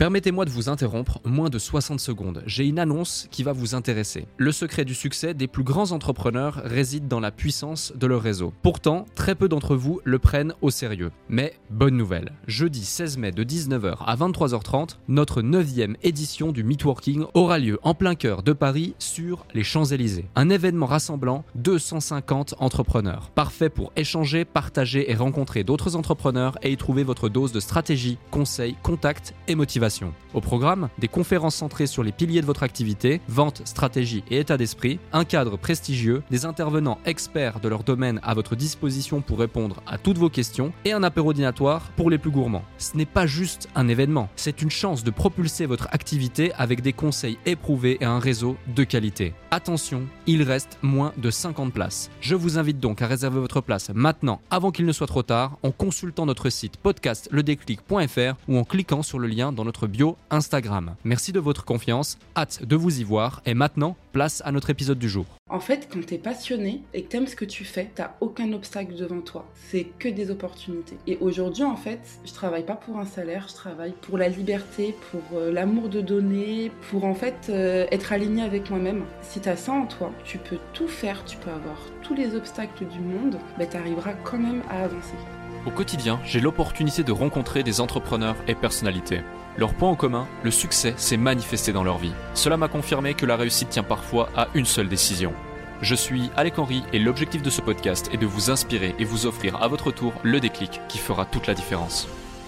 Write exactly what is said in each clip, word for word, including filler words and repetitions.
Permettez-moi de vous interrompre moins de soixante secondes. J'ai une annonce qui va vous intéresser. Le secret du succès des plus grands entrepreneurs réside dans la puissance de leur réseau. Pourtant, très peu d'entre vous le prennent au sérieux. Mais bonne nouvelle, jeudi seize mai de dix-neuf heures à vingt-trois heures trente, notre neuvième édition du Meetworking aura lieu en plein cœur de Paris sur les Champs-Élysées. Un événement rassemblant deux cent cinquante entrepreneurs. Parfait pour échanger, partager et rencontrer d'autres entrepreneurs et y trouver votre dose de stratégie, conseils, contacts et motivation. Au programme, des conférences centrées sur les piliers de votre activité, vente, stratégie et état d'esprit, un cadre prestigieux, des intervenants experts de leur domaine à votre disposition pour répondre à toutes vos questions et un apéro dînatoire pour les plus gourmands. Ce n'est pas juste un événement, c'est une chance de propulser votre activité avec des conseils éprouvés et un réseau de qualité. Attention, il reste moins de cinquante places. Je vous invite donc à réserver votre place maintenant avant qu'il ne soit trop tard en consultant notre site podcast le déclic point f r ou en cliquant sur le lien dans notre bio Instagram. Merci de votre confiance, hâte de vous y voir et maintenant, place à notre épisode du jour. En fait, quand t'es passionné et que t'aimes ce que tu fais, t'as aucun obstacle devant toi. C'est que des opportunités. Et aujourd'hui, en fait, je travaille pas pour un salaire, je travaille pour la liberté, pour euh, l'amour de donner, pour en fait euh, être aligné avec moi-même. Si t'as ça en toi, tu peux tout faire, tu peux avoir tous les obstacles du monde, mais t'arriveras quand même à avancer. Au quotidien, j'ai l'opportunité de rencontrer des entrepreneurs et personnalités. Leur point en commun, le succès s'est manifesté dans leur vie. Cela m'a confirmé que la réussite tient parfois à une seule décision. Je suis Alec Henry et l'objectif de ce podcast est de vous inspirer et vous offrir à votre tour le déclic qui fera toute la différence.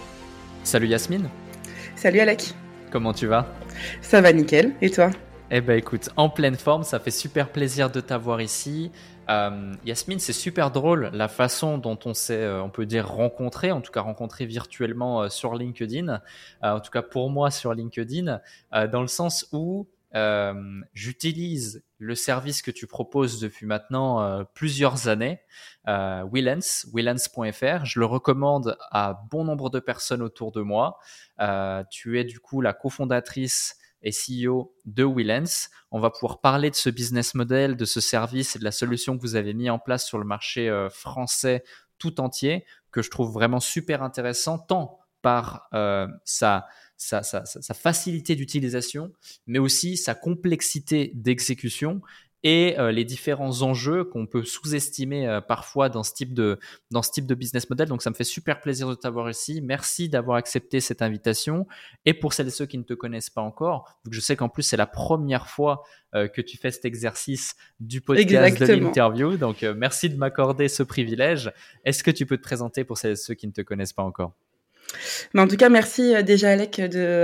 Salut Yasmine. Salut Alec. Comment tu vas ? Ça va nickel, et toi ? Eh ben écoute, en pleine forme, ça fait super plaisir de t'avoir ici. Euh, Yasmine, c'est super drôle la façon dont on s'est, euh, on peut dire, rencontré, en tout cas rencontré virtuellement euh, sur LinkedIn, euh, en tout cas pour moi sur LinkedIn, euh, dans le sens où euh, j'utilise le service que tu proposes depuis maintenant euh, plusieurs années, euh, Willens, willens point f r. Je le recommande à bon nombre de personnes autour de moi. Euh, tu es du coup la cofondatrice et C E O de Willens. On va pouvoir parler de ce business model, de ce service et de la solution que vous avez mis en place sur le marché euh, français tout entier, que je trouve vraiment super intéressant, tant par euh, sa, sa, sa, sa facilité d'utilisation, mais aussi sa complexité d'exécution et euh, les différents enjeux qu'on peut sous-estimer euh, parfois dans ce type de dans ce type de business model. Donc ça me fait super plaisir de t'avoir ici. Merci d'avoir accepté cette invitation. Et pour celles et ceux qui ne te connaissent pas encore, vu que je sais qu'en plus c'est la première fois euh, que tu fais cet exercice du podcast Exactement. de l'interview, donc euh, merci de m'accorder ce privilège. Est-ce que tu peux te présenter pour celles et ceux qui ne te connaissent pas encore ? Mais en tout cas, merci déjà Alec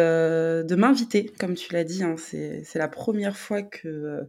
de, de m'inviter, comme tu l'as dit, hein, c'est, c'est la première fois que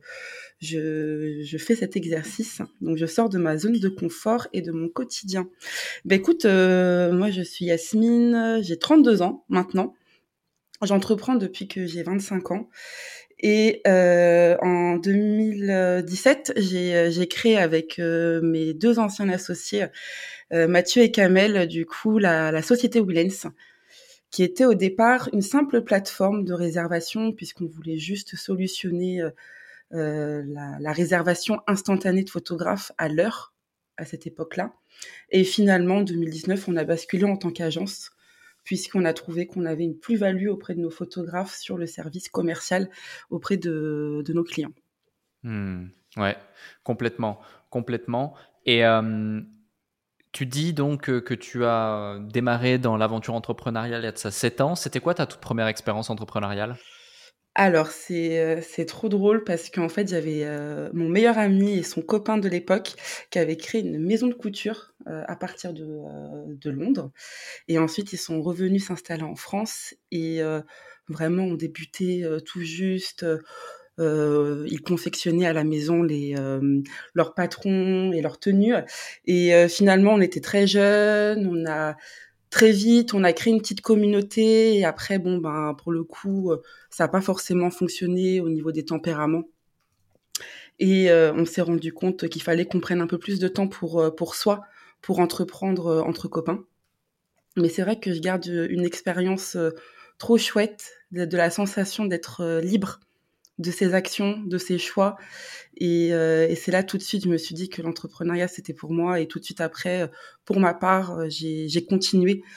je, je fais cet exercice. Donc je sors de ma zone de confort et de mon quotidien. Ben écoute, euh, moi je suis Yasmine, j'ai trente-deux ans maintenant. J'entreprends depuis que j'ai vingt-cinq ans. Et euh, en deux mille dix-sept, j'ai, j'ai créé avec euh, mes deux anciens associés, euh, Mathieu et Kamel, du coup, la, la société Willens, qui était au départ une simple plateforme de réservation, puisqu'on voulait juste solutionner euh, la, la réservation instantanée de photographes à l'heure, à cette époque-là. Et finalement, en deux mille dix-neuf, on a basculé en tant qu'agence, puisqu'on a trouvé qu'on avait une plus-value auprès de nos photographes sur le service commercial auprès de, de nos clients. Mmh, ouais, complètement, complètement. Et euh, tu dis donc que, que tu as démarré dans l'aventure entrepreneuriale il y a de ça sept ans. C'était quoi ta toute première expérience entrepreneuriale ? Alors, c'est, euh, c'est trop drôle parce qu'en fait, j'avais euh, mon meilleur ami et son copain de l'époque qui avaient créé une maison de couture euh, à partir de, euh, de Londres. Et ensuite, ils sont revenus s'installer en France et euh, vraiment, on débutait euh, tout juste. Euh, ils confectionnaient à la maison les, euh, leurs patrons et leurs tenues. Et euh, finalement, on était très jeunes, on a... Très vite, on a créé une petite communauté et après, bon, ben, pour le coup, ça n'a pas forcément fonctionné au niveau des tempéraments. Et euh, on s'est rendu compte qu'il fallait qu'on prenne un peu plus de temps pour, pour soi, pour entreprendre entre copains. Mais c'est vrai que je garde une expérience trop chouette de, de la sensation d'être libre de ses actions, de ses choix. Et, euh, et c'est là tout de suite, je me suis dit que l'entrepreneuriat, c'était pour moi. Et tout de suite après, pour ma part, j'ai, j'ai continué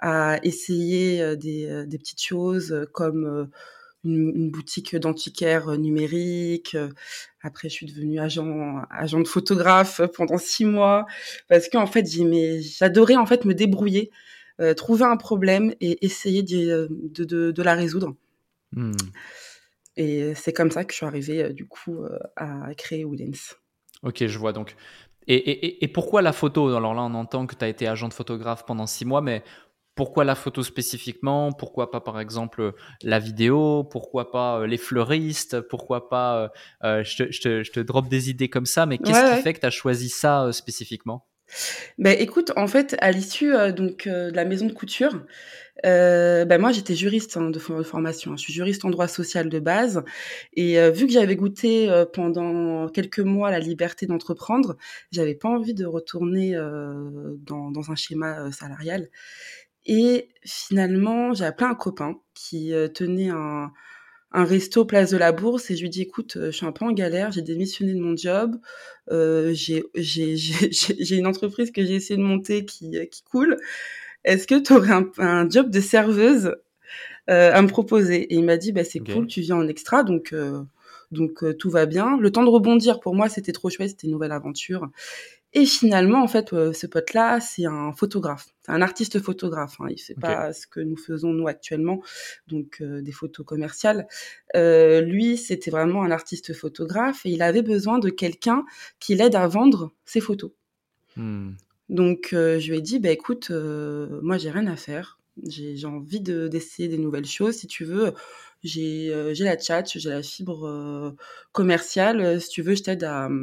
à essayer des, des petites choses comme une, une boutique d'antiquaire numérique. Après, je suis devenue agent, agent de photographe pendant six mois parce qu'en fait, j'aimais, j'adorais en fait me débrouiller, euh, trouver un problème et essayer de, de, de, de la résoudre. Hmm. Et c'est comme ça que je suis arrivée euh, du coup euh, à créer Willens. Ok, je vois donc. Et, et, et pourquoi la photo? Alors là, on entend que tu as été agent de photographe pendant six mois, mais pourquoi la photo spécifiquement? Pourquoi pas, par exemple, la vidéo? Pourquoi pas euh, les fleuristes? Pourquoi pas... euh, euh, je, te, je, te, je te drop des idées comme ça, mais Ouais, qu'est-ce qui ouais. fait que tu as choisi ça euh, spécifiquement? Ben écoute, en fait, à l'issue euh, donc euh, de la maison de couture, euh, ben moi j'étais juriste hein, de formation. Je suis juriste en droit social de base, et euh, vu que j'avais goûté euh, pendant quelques mois la liberté d'entreprendre, j'avais pas envie de retourner euh, dans, dans un schéma euh, salarial. Et finalement, j'ai appelé un copain qui euh, tenait un un resto place de la Bourse et je lui dis écoute, euh, je suis un peu en galère, j'ai démissionné de mon job, euh, j'ai j'ai j'ai j'ai une entreprise que j'ai essayé de monter qui qui coule. Est-ce que tu aurais un, un job de serveuse euh, à me proposer? Et il m'a dit bah c'est cool, Ok. tu viens en extra donc euh, donc euh, tout va bien. Le temps de rebondir pour moi c'était trop chouette, c'était une nouvelle aventure. Et finalement, en fait, euh, ce pote-là, c'est un photographe, c'est un artiste photographe. Hein. Il fait Ok. pas ce que nous faisons nous actuellement, donc euh, des photos commerciales. Euh, lui, c'était vraiment un artiste photographe et il avait besoin de quelqu'un qui l'aide à vendre ses photos. Hmm. Donc euh, je lui ai dit, bah écoute, euh, moi j'ai rien à faire, j'ai, j'ai envie de, d'essayer des nouvelles choses. Si tu veux, j'ai, euh, j'ai la tchatch, j'ai la fibre euh, commerciale. Si tu veux, je t'aide à,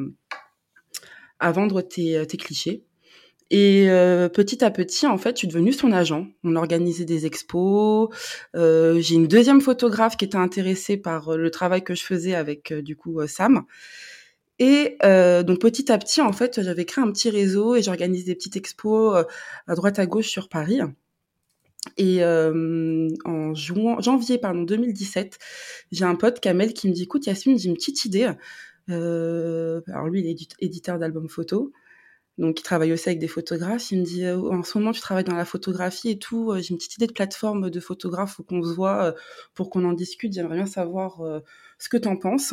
à vendre tes, tes clichés. Et euh, petit à petit, en fait, je suis devenue son agent. On organisait des expos. Euh, j'ai une deuxième photographe qui était intéressée par euh, le travail que je faisais avec, euh, du coup, euh, Sam. Et euh, donc, petit à petit, en fait, j'avais créé un petit réseau et j'organise des petites expos euh, à droite à gauche sur Paris. Et euh, en juin, janvier pardon, deux mille dix-sept, j'ai un pote, Kamel, qui me dit « Écoute, Yasmine, j'ai une petite idée. Euh, » Alors lui, il est édite- éditeur d'albums photos. Donc, il travaille aussi avec des photographes. Il me dit, euh, en ce moment, tu travailles dans la photographie et tout. euh, J'ai une petite idée de plateforme de photographe. Faut qu'on se voit euh, pour qu'on en discute. J'aimerais bien savoir euh, ce que t'en penses.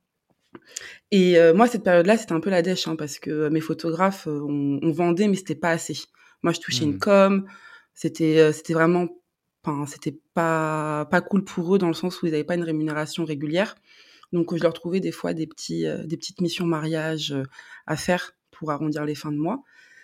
Et euh, moi, cette période-là, c'était un peu la dèche, hein, parce que mes photographes, euh, on, on vendait, mais c'était pas assez. Moi, je touchais une Hmm. com. C'était, euh, c'était vraiment, enfin, c'était pas pas cool pour eux dans le sens où ils n'avaient pas une rémunération régulière. Donc, je leur trouvais des fois des petits, euh, des petites missions mariage euh, à faire pour arrondir les fins de mois.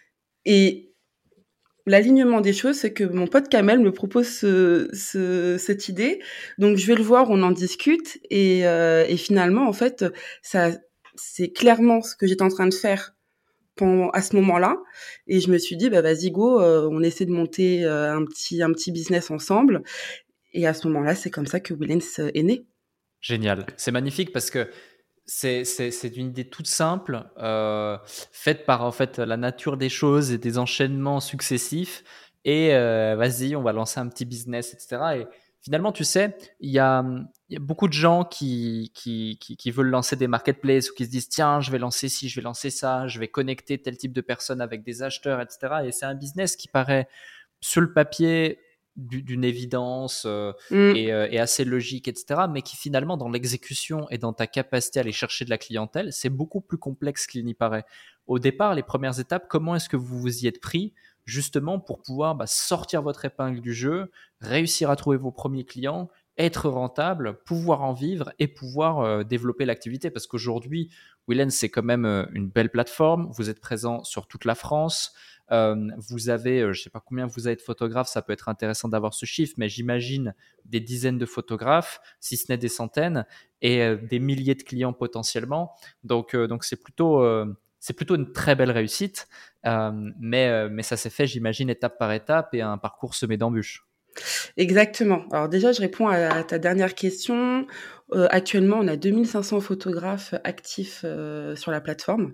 Et l'alignement des choses, c'est que mon pote Kamel me propose ce, ce, cette idée. Donc, je vais le voir, on en discute. Et, euh, et finalement, en fait, ça, c'est clairement ce que j'étais en train de faire pendant, à ce moment-là. Et je me suis dit, bah, vas-y, go, euh, on essaie de monter euh, un, petit, un petit business ensemble. Et à ce moment-là, c'est comme ça que Willens est né. Génial. C'est magnifique parce que c'est, c'est, c'est une idée toute simple, euh, faite par en fait la nature des choses et des enchaînements successifs. Et euh, vas-y, on va lancer un petit business, et cetera. Et finalement, tu sais, il y a, il y a beaucoup de gens qui, qui, qui, qui veulent lancer des marketplaces ou qui se disent, tiens, je vais lancer ci, je vais lancer ça, je vais connecter tel type de personnes avec des acheteurs, et cetera. Et c'est un business qui paraît sur le papier du- d'une évidence euh, Mmh. et, euh, et assez logique, et cetera, mais qui finalement, dans l'exécution et dans ta capacité à aller chercher de la clientèle, c'est beaucoup plus complexe qu'il n'y paraît. Au départ, les premières étapes, comment est-ce que vous vous y êtes pris justement pour pouvoir bah, sortir votre épingle du jeu, réussir à trouver vos premiers clients, être rentable, pouvoir en vivre et pouvoir euh, développer l'activité? Parce qu'aujourd'hui, Willens, c'est quand même euh, une belle plateforme. Vous êtes présent sur toute la France. Euh, vous avez, euh, je ne sais pas combien vous avez de photographes, ça peut être intéressant d'avoir ce chiffre, mais j'imagine des dizaines de photographes, si ce n'est des centaines, et euh, des milliers de clients potentiellement. Donc, euh, donc c'est plutôt, euh, c'est plutôt une très belle réussite, euh, mais, euh, mais ça s'est fait, j'imagine, étape par étape et un parcours semé d'embûches. Exactement. Alors déjà, je réponds à, à ta dernière question. Euh, actuellement, on a deux mille cinq cents photographes actifs euh, sur la plateforme.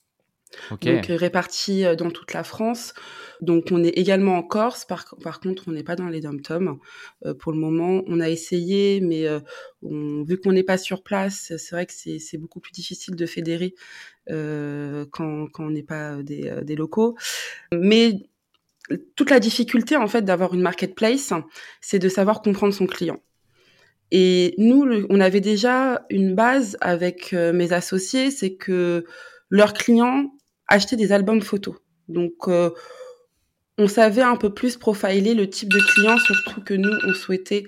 Ok, Donc euh, répartis euh, dans toute la France. Donc on est également en Corse, par, par contre on n'est pas dans les dom-toms euh, pour le moment. On a essayé, mais euh, on, vu qu'on n'est pas sur place, c'est vrai que c'est, c'est beaucoup plus difficile de fédérer euh, quand, quand on n'est pas des, euh, des locaux. Mais toute la difficulté en fait d'avoir une marketplace, c'est de savoir comprendre son client. Et nous, le- on avait déjà une base avec euh, mes associés, c'est que leurs clients achetaient des albums photos. Donc, euh, on savait un peu plus profiler le type de client, surtout que nous, on souhaitait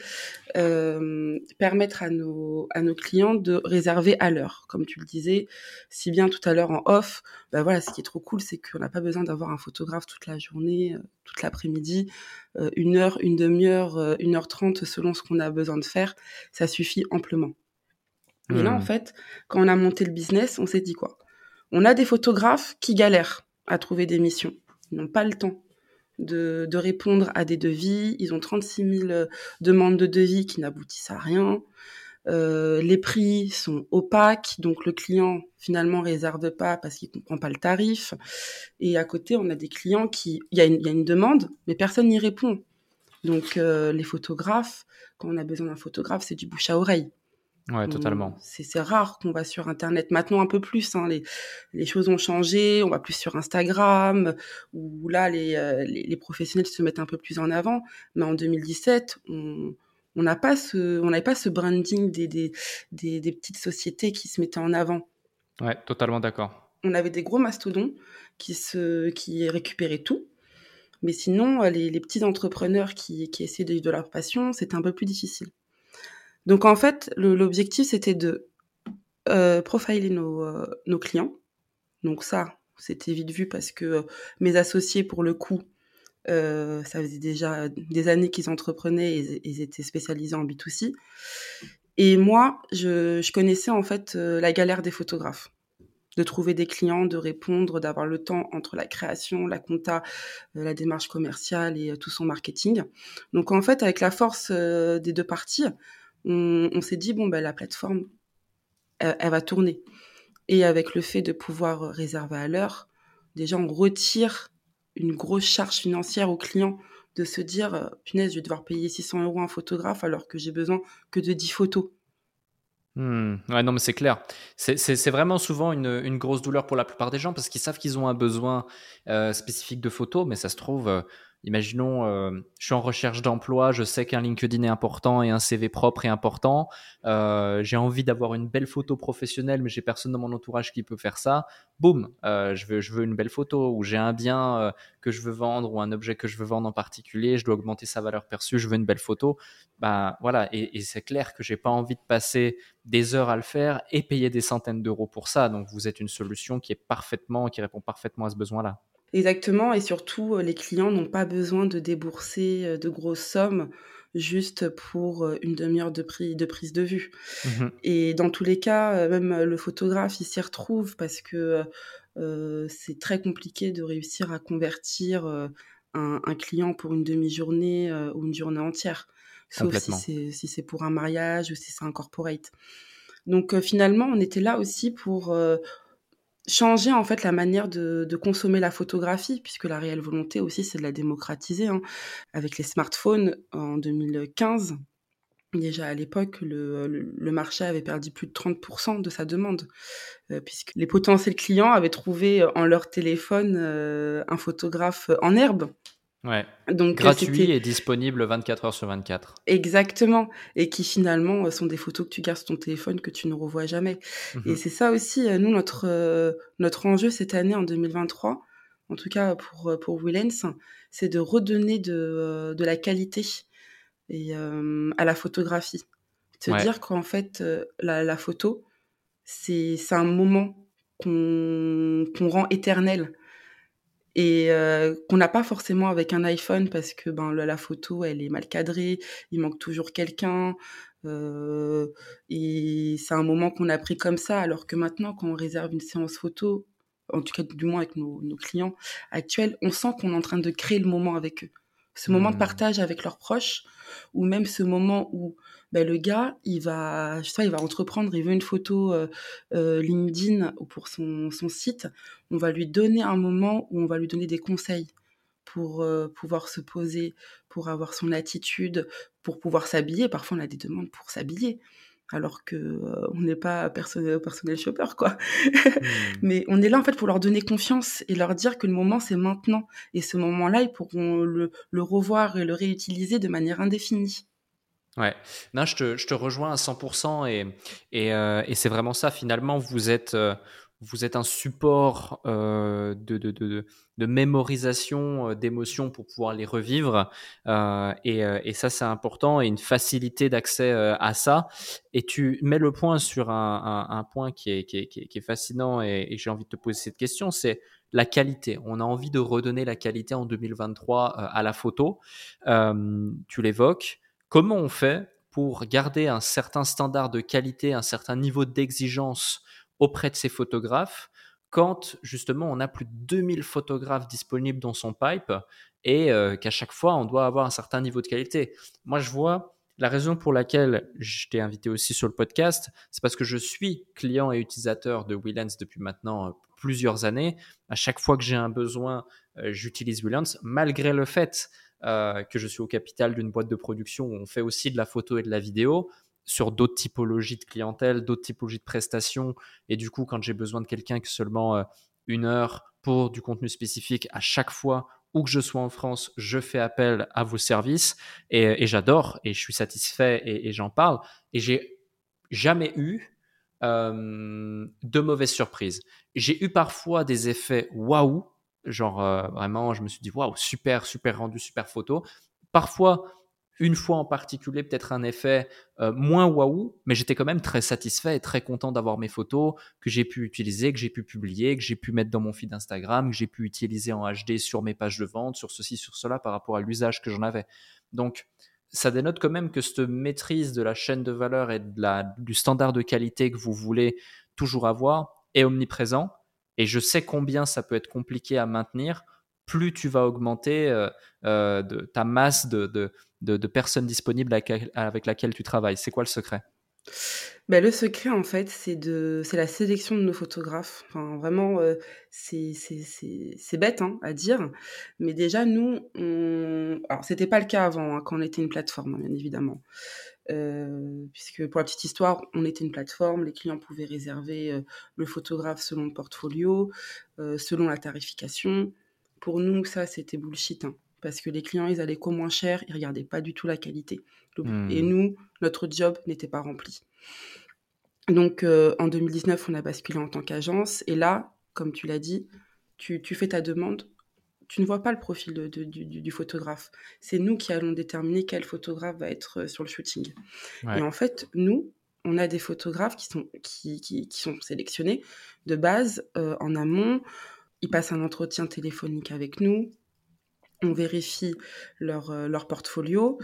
euh, permettre à nos, à nos clients de réserver à l'heure. Comme tu le disais si bien tout à l'heure en off, bah voilà, ce qui est trop cool, c'est qu'on n'a pas besoin d'avoir un photographe toute la journée, euh, toute l'après-midi, euh, une heure, une demi-heure, euh, une heure trente, selon ce qu'on a besoin de faire. Ça suffit amplement. Mais là, en Hmm. fait, quand on a monté le business, on s'est dit quoi? On a des photographes qui galèrent à trouver des missions. Ils n'ont pas le temps de, de répondre à des devis. Ils ont trente-six mille euh, demandes de devis qui n'aboutissent à rien. Euh, les prix sont opaques, donc le client finalement réserve pas parce qu'il comprend pas le tarif. Et à côté, on a des clients qui, il y a une, il y a une demande, mais personne n'y répond. Donc euh, les photographes, quand on a besoin d'un photographe, c'est du bouche à oreille. Ouais, On- totalement. C'est c'est rare qu'on va sur Internet. Maintenant, un peu plus. Hein, les, les choses ont changé. On va plus sur Instagram, où là, les, euh, les, les professionnels se mettent un peu plus en avant. Mais en deux mille dix-sept, on on n'a pas ce, on n'avait pas ce branding des, des, des, des petites sociétés qui se mettaient en avant. Ouais, totalement d'accord. On avait des gros mastodons qui, se, qui récupéraient tout. Mais sinon, euh, les, les petits entrepreneurs qui, qui essaient de vivre de leur passion, c'était un peu plus difficile. Donc en fait, le- l'objectif, c'était de euh, profiler nos, euh, nos clients. Donc ça, c'était vite vu parce que euh, mes associés, pour le coup, euh, ça faisait déjà des années qu'ils entreprenaient et ils étaient spécialisés en B deux C. Et moi, je, je connaissais en fait euh, la galère des photographes, de trouver des clients, de répondre, d'avoir le temps entre la création, la compta, euh, la démarche commerciale et euh, tout son marketing. Donc en fait, avec la force euh, des deux parties, on, on s'est dit, bon, ben, la plateforme, elle, elle va tourner. Et avec le fait de pouvoir réserver à l'heure, déjà, on retire une grosse charge financière au client de se dire, euh, punaise, je vais devoir payer six cents euros un photographe alors que j'ai besoin que de dix photos. Hmm. Ouais, non, mais c'est clair. C'est c'est- c'est vraiment souvent une, une grosse douleur pour la plupart des gens parce qu'ils savent qu'ils ont un besoin euh, spécifique de photos, mais ça se trouve, euh, imaginons, euh, je suis en recherche d'emploi, je sais qu'un LinkedIn est important et un C V propre est important. Euh, j'ai envie d'avoir une belle photo professionnelle, mais j'ai personne dans mon entourage qui peut faire ça. Boum, euh, je veux, je veux une belle photo ou j'ai un bien euh, que je veux vendre ou un objet que je veux vendre en particulier, je dois augmenter sa valeur perçue, je veux une belle photo. Ben voilà, et, et c'est clair que j'ai pas envie de passer des heures à le faire et payer des centaines d'euros pour ça. Donc vous êtes une solution qui est parfaitement, qui répond parfaitement à ce besoin-là. Exactement, et surtout, euh, les clients n'ont pas besoin de débourser euh, de grosses sommes juste pour euh, une demi-heure de, prix, de prise de vue. Mhm. Et dans tous les cas, euh, même euh, le photographe, il s'y retrouve parce que euh, c'est très compliqué de réussir à convertir euh, un, un client pour une demi-journée euh, ou une journée entière, sauf si Complètement. c'est si c'est pour un mariage ou si c'est un corporate. Donc euh, finalement, on était là aussi pour euh, changer en fait la manière de, de consommer la photographie, puisque la réelle volonté aussi, c'est de la démocratiser. Hein. Avec les smartphones en deux mille quinze, déjà à l'époque, le, le, le marché avait perdu plus de trente pour cent de sa demande, euh, puisque les potentiels clients avaient trouvé euh, en leur téléphone euh, un photographe en herbe. Ouais. Donc euh, Gratuit c'était et disponible vingt-quatre heures sur vingt-quatre. exactement, et qui finalement euh, sont des photos que tu gardes sur ton téléphone que tu ne revois jamais. Et Mhm. c'est ça aussi, euh, nous, notre, euh, notre enjeu cette année, en deux mille vingt-trois, en tout cas pour, euh, pour Willens, c'est de redonner de, euh, de la qualité et, euh, à la photographie. Se Ouais, dire qu'en fait, euh, la, la photo, c'est c'est un moment qu'on qu'on rend éternel et euh, qu'on n'a pas forcément avec un iPhone parce que ben la, la photo elle est mal cadrée, il manque toujours quelqu'un euh, et c'est un moment qu'on a pris comme ça alors que maintenant quand on réserve une séance photo, en tout cas du moins avec nos, nos clients actuels, on sent qu'on est en train de créer le moment avec eux. Ce moment de Hmm. partage avec leurs proches ou même ce moment où ben, le gars il va, je sais pas, il va entreprendre, il veut une photo euh, euh, LinkedIn ou pour son, son site, on va lui donner un moment où on va lui donner des conseils pour euh, pouvoir se poser, pour avoir son attitude, pour pouvoir s'habiller. Parfois, on a des demandes pour s'habiller. alors que euh, on n'est pas personnel, personnel shopper, quoi. Hmm. Mais on est là, en fait, pour leur donner confiance et leur dire que le moment, c'est maintenant. Et ce moment-là, ils pourront le, le revoir et le réutiliser de manière indéfinie. Ouais, non, je te, je te rejoins à cent pour cent et, et, euh, et c'est vraiment ça. Finalement, vous êtes, euh, vous êtes un support euh, de, de, de, de, de mémorisation euh, d'émotions pour pouvoir les revivre. Euh, et, euh, et ça, c'est important et une facilité d'accès euh, à ça. Et tu mets le point sur un, un, un point qui est, qui est, qui est, qui est fascinant et, et j'ai envie de te poser cette question, c'est la qualité. On a envie de redonner la qualité en deux mille vingt-trois euh, à la photo. Euh, tu l'évoques. Comment on fait pour garder un certain standard de qualité, un certain niveau d'exigence auprès de ces photographes quand justement on a plus de deux mille photographes disponibles dans son pipe et euh, qu'à chaque fois on doit avoir un certain niveau de qualité. Moi je vois la raison pour laquelle je t'ai invité aussi sur le podcast, c'est parce que je suis client et utilisateur de Willens depuis maintenant euh, plusieurs années. À chaque fois que j'ai un besoin, euh, j'utilise Willens malgré le fait euh, que je suis au capital d'une boîte de production où on fait aussi de la photo et de la vidéo sur d'autres typologies de clientèle, d'autres typologies de prestations. Et du coup, quand j'ai besoin de quelqu'un que seulement euh, une heure pour du contenu spécifique, à chaque fois, où que je sois en France, je fais appel à vos services et, et j'adore et je suis satisfait et, et j'en parle. Et j'ai jamais eu euh, de mauvaises surprises. J'ai eu parfois des effets waouh. Genre, euh, vraiment, je me suis dit, waouh, super, super rendu, super photo. Parfois, une fois en particulier, peut-être un effet euh, moins waouh, mais j'étais quand même très satisfait et très content d'avoir mes photos que j'ai pu utiliser, que j'ai pu publier, que j'ai pu mettre dans mon feed Instagram, que j'ai pu utiliser en H D sur mes pages de vente, sur ceci, sur cela, par rapport à l'usage que j'en avais. Donc, ça dénote quand même que cette maîtrise de la chaîne de valeur et de la, du standard de qualité que vous voulez toujours avoir est omniprésent. Et je sais combien ça peut être compliqué à maintenir. Plus tu vas augmenter euh, euh, de, ta masse de, de, de, de personnes disponibles avec, avec laquelle tu travailles. C'est quoi le secret? Bah, le secret, en fait, c'est de c'est la sélection de nos photographes. Enfin, vraiment, heu, c'est c'est c'est c'est bête, hein, à dire, mais déjà, nous, on alors c'était pas le cas avant, hein, quand on était une plateforme, hein, bien évidemment. Heu, puisque pour la petite histoire, on était une plateforme, les clients pouvaient réserver, heu, le photographe selon le portfolio, heu, selon la tarification. Pour nous, ça, c'était bullshit, hein, parce que les clients, ils allaient qu'au moins cher, ils regardaient pas du tout la qualité. Le et Hmm. nous, notre job n'était pas rempli. Donc, euh, en deux mille dix-neuf, on a basculé en tant qu'agence. Et là, comme tu l'as dit, tu, tu fais ta demande. Tu ne vois pas le profil de- de- du, du- du photographe. C'est nous qui allons déterminer quel photographe va être euh, sur le shooting. Et Ouais. en fait, nous, on a des photographes qui sont, qui, qui, qui sont sélectionnés de base euh, en amont. Ils passent un entretien téléphonique avec nous. On vérifie leur, euh, leur portfolio.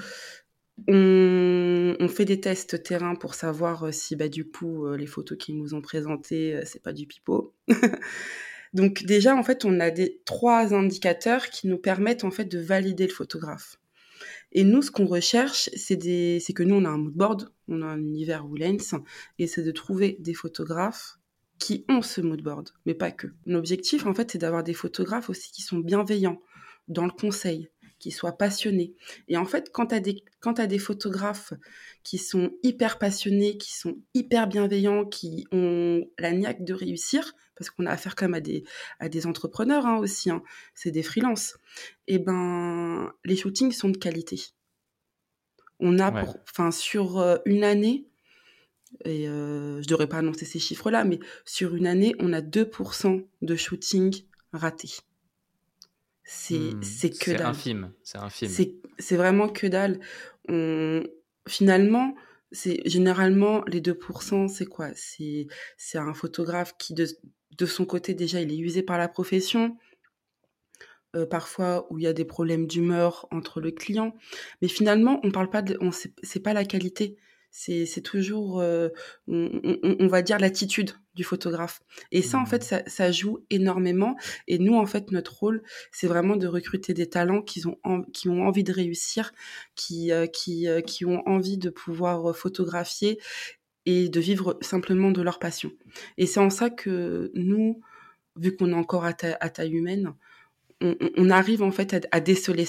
On, on fait des tests terrain pour savoir euh, si bah, du coup euh, les photos qu'ils nous ont présentées, euh, c'est pas du pipeau. Donc déjà en fait on a des trois indicateurs qui nous permettent en fait de valider le photographe. Et nous ce qu'on recherche c'est des, c'est que nous on a un mood board, on a un univers Woolens et c'est de trouver des photographes qui ont ce mood board, mais pas que. L'objectif en fait c'est d'avoir des photographes aussi qui sont bienveillants dans le conseil, qui soient passionnés. Et en fait, quand tu as des, quand t'as des photographes qui sont hyper passionnés, qui sont hyper bienveillants, qui ont la niaque de réussir, parce qu'on a affaire quand même à des, à des entrepreneurs hein, aussi, hein, c'est des freelances, et ben les shootings sont de qualité. On a Ouais. pour, enfin sur euh, une année, et euh, je devrais pas annoncer ces chiffres-là, mais sur une année, on a deux pour cent de shootings ratés. C'est, Hmm. c'est que C'est dalle. infime. C'est infime. C'est, c'est vraiment que dalle. On, finalement, c'est généralement les deux pour cent, c'est quoi? C'est, c'est un photographe qui, de, de son côté, déjà, il est usé par la profession. Euh, parfois où il y a des problèmes d'humeur entre le client, mais finalement on parle pas de, on c'est, c'est pas la qualité, c'est c'est toujours, euh, on, on, on va dire l'attitude du photographe. Et ça en fait Hmm. ça, ça joue énormément. Et nous en fait notre rôle c'est vraiment de recruter des talents qui ont en- qui ont envie de réussir, qui euh, qui euh, qui ont envie de pouvoir photographier et de vivre simplement de leur passion. Et c'est en ça que nous, vu qu'on est encore à, ta- à taille humaine, on, on arrive en fait à, à déceler ça.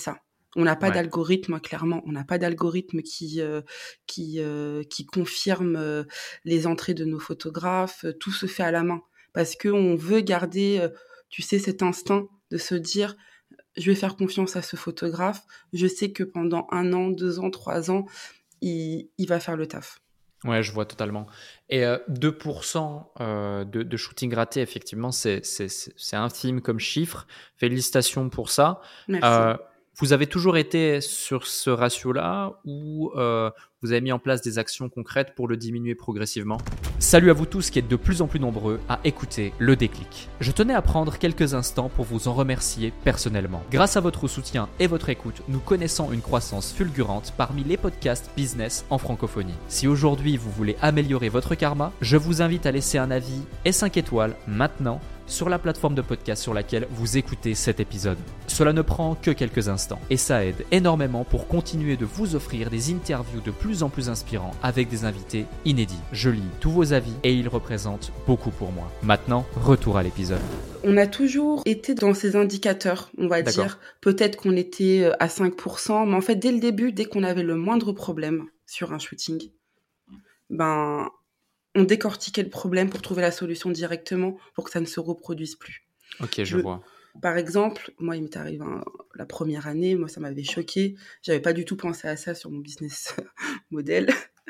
On n'a pas Ouais. d'algorithme, hein, clairement. On n'a pas d'algorithme qui euh, qui euh, qui confirme euh, les entrées de nos photographes. Euh, Tout se fait à la main parce que on veut garder, euh, tu sais, cet instinct de se dire, je vais faire confiance à ce photographe. Je sais que pendant un an, deux ans, trois ans, il, il va faire le taf. Ouais, je vois totalement. Et euh, deux pour cent euh, de, de shooting raté, effectivement, c'est, c'est, c'est c'est infime comme chiffre. Félicitations pour ça. Merci. Euh, vous avez toujours été sur ce ratio-là ou euh, vous avez mis en place des actions concrètes pour le diminuer progressivement? Salut à vous tous qui êtes de plus en plus nombreux à écouter Le Déclic. Je tenais à prendre quelques instants pour vous en remercier personnellement. Grâce à votre soutien et votre écoute, nous connaissons une croissance fulgurante parmi les podcasts business en francophonie. Si aujourd'hui vous voulez améliorer votre karma, je vous invite à laisser un avis et cinq étoiles maintenant sur la plateforme de podcast sur laquelle vous écoutez cet épisode. Cela ne prend que quelques instants et ça aide énormément pour continuer de vous offrir des interviews de plus en plus inspirants avec des invités inédits. Je lis tous vos avis et ils représentent beaucoup pour moi. Maintenant, retour à l'épisode. On a toujours été dans ces indicateurs, on va D'accord. dire. Peut-être qu'on était euh, à cinq pour cent, mais en fait, dès le début, dès qu'on avait le moindre problème sur un shooting, ben, on décortiquait le problème pour trouver la solution directement pour que ça ne se reproduise plus. Ok, je Je- vois. Par exemple, moi, il m'est arrivé un- la première année, moi, ça m'avait choqué. J'avais pas du tout pensé à ça sur mon business model.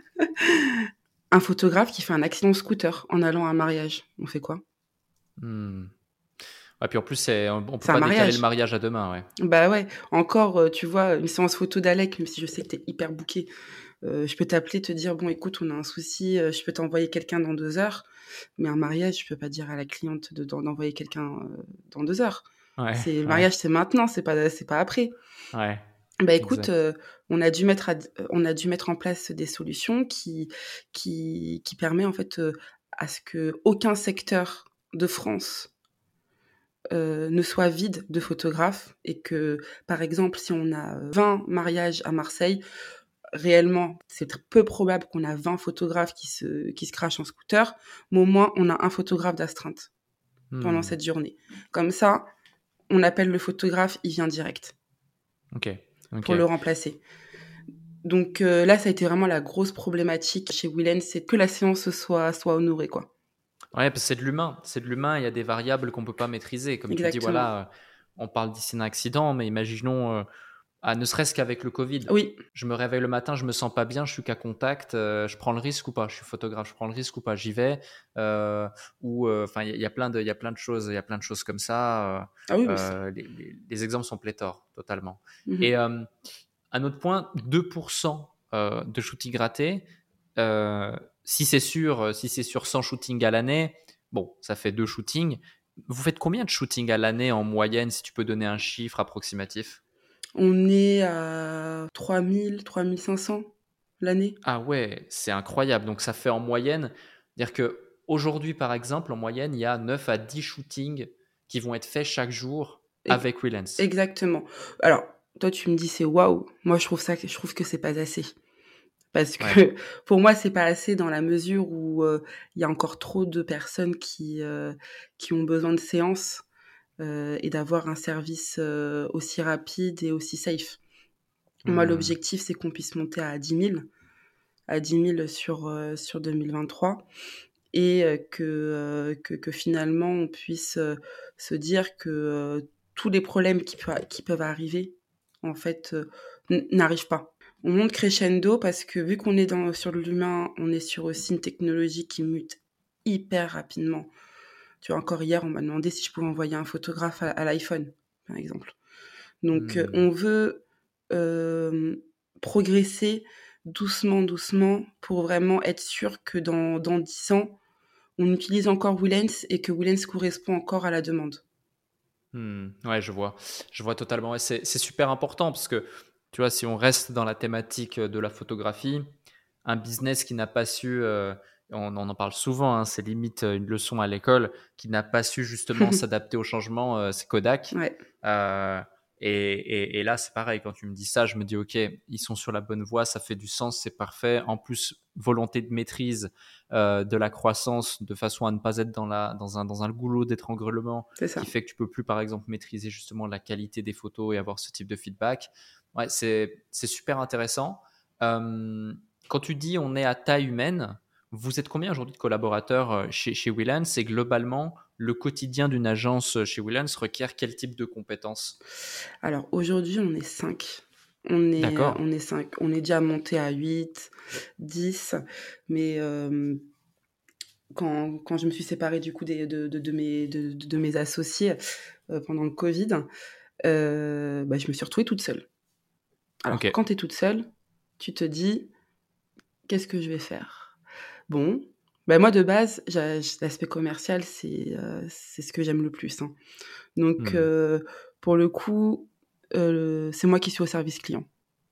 Un photographe qui fait un accident de scooter en allant à un mariage. On fait quoi? Hmm. Ouais, puis en plus, c'est, on peut C'est un pas décaler le mariage. mariage à demain, ouais. Bah ouais, encore, euh, tu vois, une séance photo d'Alec, même si je sais que t'es hyper booké, euh, je peux t'appeler, te dire, bon, écoute, on a un souci, euh, je peux t'envoyer quelqu'un dans deux heures, mais un mariage, je peux pas dire à la cliente de, d'en- d'envoyer quelqu'un euh, dans deux heures. Ouais, C'est, le ouais, mariage, c'est maintenant, c'est pas, c'est pas après. ouais, Bah écoute, exact. euh, on a dû mettre à- on a dû mettre en place des solutions qui, qui, qui permet en fait euh, à ce que aucun secteur de France euh, ne soit vide de photographes et que, par exemple, si on a vingt mariages à Marseille, réellement, c'est tr- peu probable qu'on a vingt photographes qui se, qui se crachent en scooter, mais au moins, on a un photographe d'astreinte pendant Hmm. cette journée. Comme ça, on appelle le photographe, il vient direct Ok, ok. pour le remplacer. Donc euh, là, ça a été vraiment la grosse problématique chez Willen, c'est que la séance soit, soit honorée, quoi. Ouais, parce que c'est de l'humain. C'est de l'humain. Il y a des variables qu'on peut pas maîtriser. Comme tu dis, Exactement. voilà, euh, on parle d'ici d'un accident, mais imaginons, euh, ah, ne serait-ce qu'avec le Covid. Oui, Je me réveille le matin, je me sens pas bien, je suis qu'à contact, euh, je prends le risque ou pas? Je suis photographe, je prends le risque ou pas? J'y vais. Euh, ou euh, enfin, il y, a- il y a plein de, il y a plein de choses, il y a plein de choses comme ça. ah oui, euh, oui. euh, les, les- les exemples sont pléthores, totalement. Mhm. Et euh, un autre point, deux pour cent euh, de shooting raté. Euh, si c'est sûr, euh, si c'est sur cent shootings à l'année, bon, ça fait deux shootings. Vous faites combien de shootings à l'année en moyenne, si tu peux donner un chiffre approximatif? On est à trois mille, trois mille cinq cents l'année. Ah ouais, c'est incroyable. Donc ça fait en moyenne, dire que aujourd'hui par exemple, en moyenne, il y a neuf à dix shootings qui vont être faits chaque jour Ex- avec Relance. Exactement. Alors, toi, tu me dis c'est waouh. Moi, je trouve ça, je trouve que c'est pas assez. Parce Ouais. que pour moi, c'est pas assez dans la mesure où euh, il y a encore trop de personnes qui, euh, qui ont besoin de séances euh, et d'avoir un service euh, aussi rapide et aussi safe. Moi, Hmm. l'objectif, c'est qu'on puisse monter à dix mille, à dix mille sur, euh, sur deux mille vingt-trois et euh, que, euh, que, que finalement, on puisse euh, se dire que euh, tous les problèmes qui, pe- qui peuvent arriver, en fait, euh, n- n'arrivent pas. On monte crescendo parce que vu qu'on est dans, sur l'humain, on est sur aussi une technologie qui mute hyper rapidement. Tu vois, encore hier, on m'a demandé si je pouvais envoyer un photographe à, à l'iPhone, par exemple. Donc, euh, Hmm. on veut euh, progresser doucement, doucement, pour vraiment être sûr que dans, dans dix ans, on utilise encore Willens et que Willens correspond encore à la demande. Hmm. Ouais, je vois. Je vois totalement. Ouais, c'est, c'est super important parce que, tu vois, si on reste dans la thématique de la photographie, un business qui n'a pas su, euh, on, on en parle souvent, hein, c'est limite une leçon à l'école, qui n'a pas su justement s'adapter au changement, euh, c'est Kodak. Ouais, Euh, et, et, et là, c'est pareil, quand tu me dis ça, je me dis, OK, ils sont sur la bonne voie, ça fait du sens, c'est parfait. En plus, volonté de maîtrise euh, de la croissance, de façon à ne pas être dans, la, dans, un, dans un goulot d'étranglement c'est ça. qui fait que tu peux plus, par exemple, maîtriser justement la qualité des photos et avoir ce type de feedback. Ouais, c'est, c'est super intéressant. Euh, Quand tu dis on est à taille humaine, vous êtes combien aujourd'hui de collaborateurs euh, chez, chez Willens et globalement, le quotidien d'une agence euh, chez Willens requiert quel type de compétences? Alors aujourd'hui, on est cinq. On est, D'accord. on est cinq. On est déjà monté à huit, dix, mais euh, quand, quand je me suis séparée du coup des, de, de, de mes, de, de mes associés euh, pendant le Covid, euh, bah, je me suis retrouvée toute seule. Alors, Ok. quand tu es toute seule, tu te dis, qu'est-ce que je vais faire? Bon, bah, moi de base, j'a- l'aspect commercial, c'est euh, c'est ce que j'aime le plus, hein. Donc, Hmm. euh, pour le coup, euh, c'est moi qui suis au service client.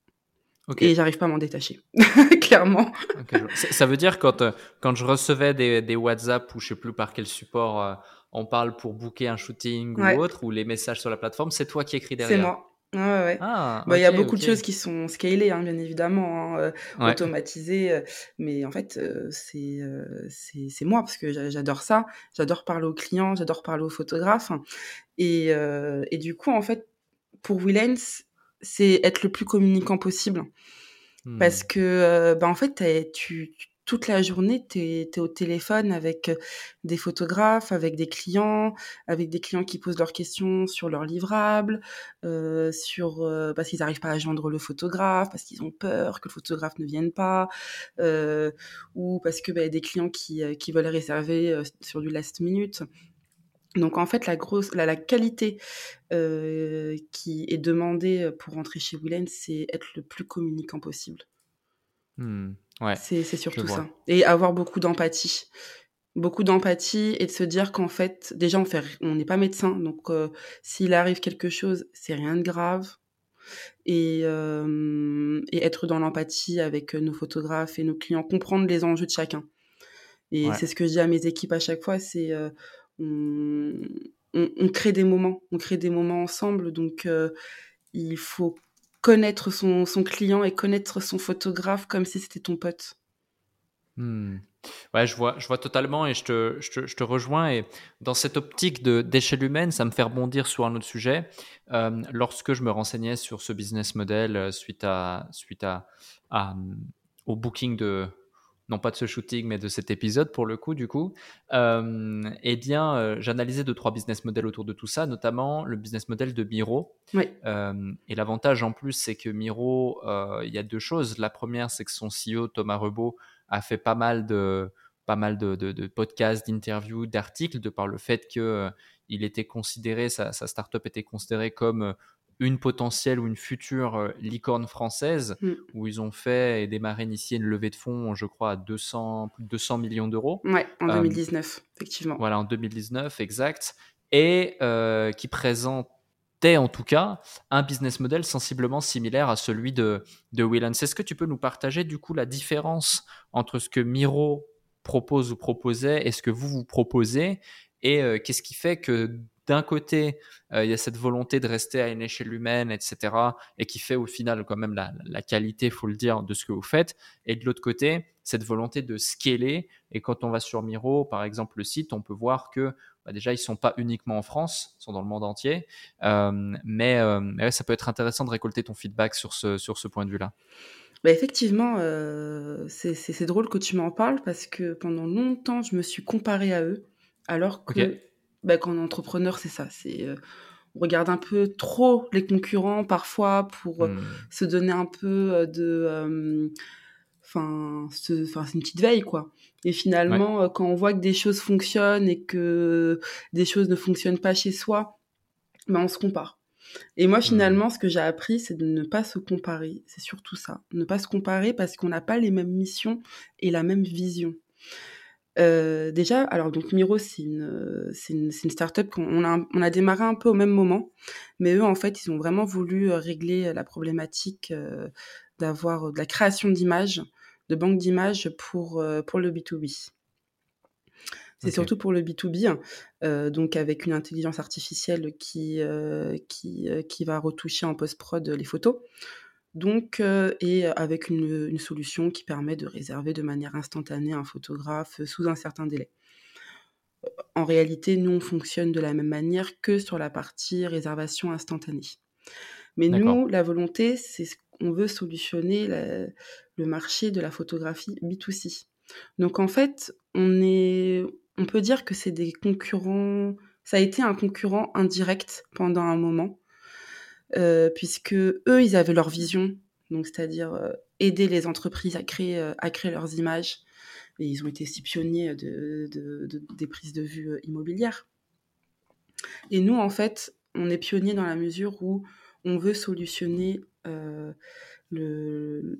Ok. Et j'arrive pas à m'en détacher, clairement. Ok, je vois. Ça ça veut dire quand, euh, quand je recevais des, des WhatsApp ou je sais plus par quel support euh, on parle pour booker un shooting ou Ouais, autre, ou les messages sur la plateforme, c'est toi qui écris c'est derrière. moi. Ouais, ouais, ouais. Ah, Bah, il y ok, a beaucoup de ok. choses qui sont scalées, hein, bien évidemment, hein, euh, Ouais, automatisées, euh, mais en fait, euh, c'est euh, c'est c'est moi parce que j'a- j'adore ça. J'adore parler aux clients, j'adore parler aux photographes. Et, euh, et du coup, en fait, pour Willens, c'est être le plus communicant possible. Parce hmm, que, heu, bah, en fait, tu tu tu toute la journée, tu es au téléphone avec, heu, des photographes, avec des clients, avec des clients qui posent leurs questions sur leurs livrables, heu, sur, heu, parce qu'ils n'arrivent pas à joindre le photographe, parce qu'ils ont peur que le photographe ne vienne pas, heu, ou parce que, bah, des clients qui, heu, qui veulent réserver, heu, sur du last minute. Donc en fait, la grosse la la qualité, heu, qui est demandée, pour rentrer chez Willens, c'est être le plus communicant possible. hmm. Ouais, C'est c'est je surtout ça vois. et avoir beaucoup d'empathie. Beaucoup d'empathie et de se dire qu'en fait, déjà on fait r on n'est pas médecin donc heu, s'il arrive quelque chose, c'est rien de grave et hem et être dans l'empathie avec, heu, nos photographes et nos clients, comprendre les enjeux de chacun et Ouais. c'est ce que je dis à mes équipes à chaque fois, c'est, heu, on on on crée des moments, on crée des moments ensemble donc heu, il faut connaître son son client et connaître son photographe comme si c'était ton pote. Hmm. Ouais, je vois, je vois totalement et je te, je te, je te rejoins. Et dans cette optique de d'échelle humaine, ça me fait rebondir sur un autre sujet. Euh, lorsque je me renseignais sur ce business model euh, suite à, suite à, à, euh, au booking de, non pas de ce shooting, mais de cet épisode pour le coup, du coup, euh, eh bien, euh, j'analysais deux, trois business models autour de tout ça, notamment le business model de Miro. Oui, Euh, et l'avantage en plus, c'est que Miro, euh, il y a deux choses. La première, c'est que son C E O, Thomas Rebaud, a fait pas mal de, pas mal de, de, de podcasts, d'interviews, d'articles, de par le fait que euh, il était considéré, sa, sa startup était considérée comme euh, une potentielle ou une future euh, licorne française, mmh. où ils ont fait et démarré, initié une levée de fonds, je crois, à deux cents, plus de deux cents millions d'euros. Ouais, en Euh, deux mille dix-neuf, effectivement. voilà, en deux mille dix-neuf, exact, et euh, qui présentait en tout cas un business model sensiblement similaire à celui de, de Willens. Est-ce que tu peux nous partager du coup la différence entre ce que Miro propose ou proposait et ce que vous vous proposez, et euh, qu'est-ce qui fait que d'un côté, euh, il y a cette volonté de rester à une échelle humaine, et cetera, et qui fait au final quand même la, la qualité, il faut le dire, de ce que vous faites, et de l'autre côté, cette volonté de scaler. Et quand on va sur Miro, par exemple, le site, on peut voir que bah, déjà, ils ne sont pas uniquement en France, ils sont dans le monde entier. Euh, mais euh, mais ouais, ça peut être intéressant de récolter ton feedback sur ce, sur ce point de vue-là. Bah, effectivement, heu, c'est c'est c'est drôle que tu m'en parles parce que pendant longtemps, je me suis comparée à eux, alors Ok. que, bah, quand on est entrepreneur, c'est ça, c'est, heu, on regarde un peu trop les concurrents parfois pour, heu, Hmm. se donner un peu, heu, de, hem, enfin, se enfin, c'est une petite veille, quoi et Ouais. finalement, heu, quand on voit que des choses fonctionnent et que des choses ne fonctionnent pas chez soi, bah, on se compare. Et moi, Hmm. finalement, ce que j'ai appris, c'est de ne pas se comparer. C'est surtout ça. Ne pas se comparer parce qu'on n'a pas les mêmes missions et la même vision. Heu, déjà, alors donc Miro, c'est une, heu, c'est une c'est une start-up qu'on on a on a démarré un peu au même moment, mais eux, en fait, ils ont vraiment voulu, heu, régler, la problématique, heu, d'avoir, heu, de la création d'images, de banques d'images pour, heu, pour le B deux B. C'est Ok. surtout pour le B deux B, heu, donc avec une intelligence artificielle qui, heu, qui, heu, qui va retoucher en post-prod les photos. Donc heu et avec une, une solution qui permet de réserver de manière instantanée un photographe, sous un certain délai. En réalité, nous, on fonctionne de la même manière que sur la partie réservation instantanée. Mais D'accord. nous, la volonté, c'est ce qu'on veut solutionner la le marché de la photographie B deux C. Donc en fait, on est on peut dire que c'est des concurrents ça a été un concurrent indirect pendant un moment, heu, puisque eux, ils avaient leur vision, donc c'est-à-dire, heu, aider les entreprises à créer, heu, à créer leurs images et ils ont été aussi pionniers de de de des prises de vue, heu, immobilières. Et nous, en fait, on est pionniers dans la mesure où on veut solutionner, heu, le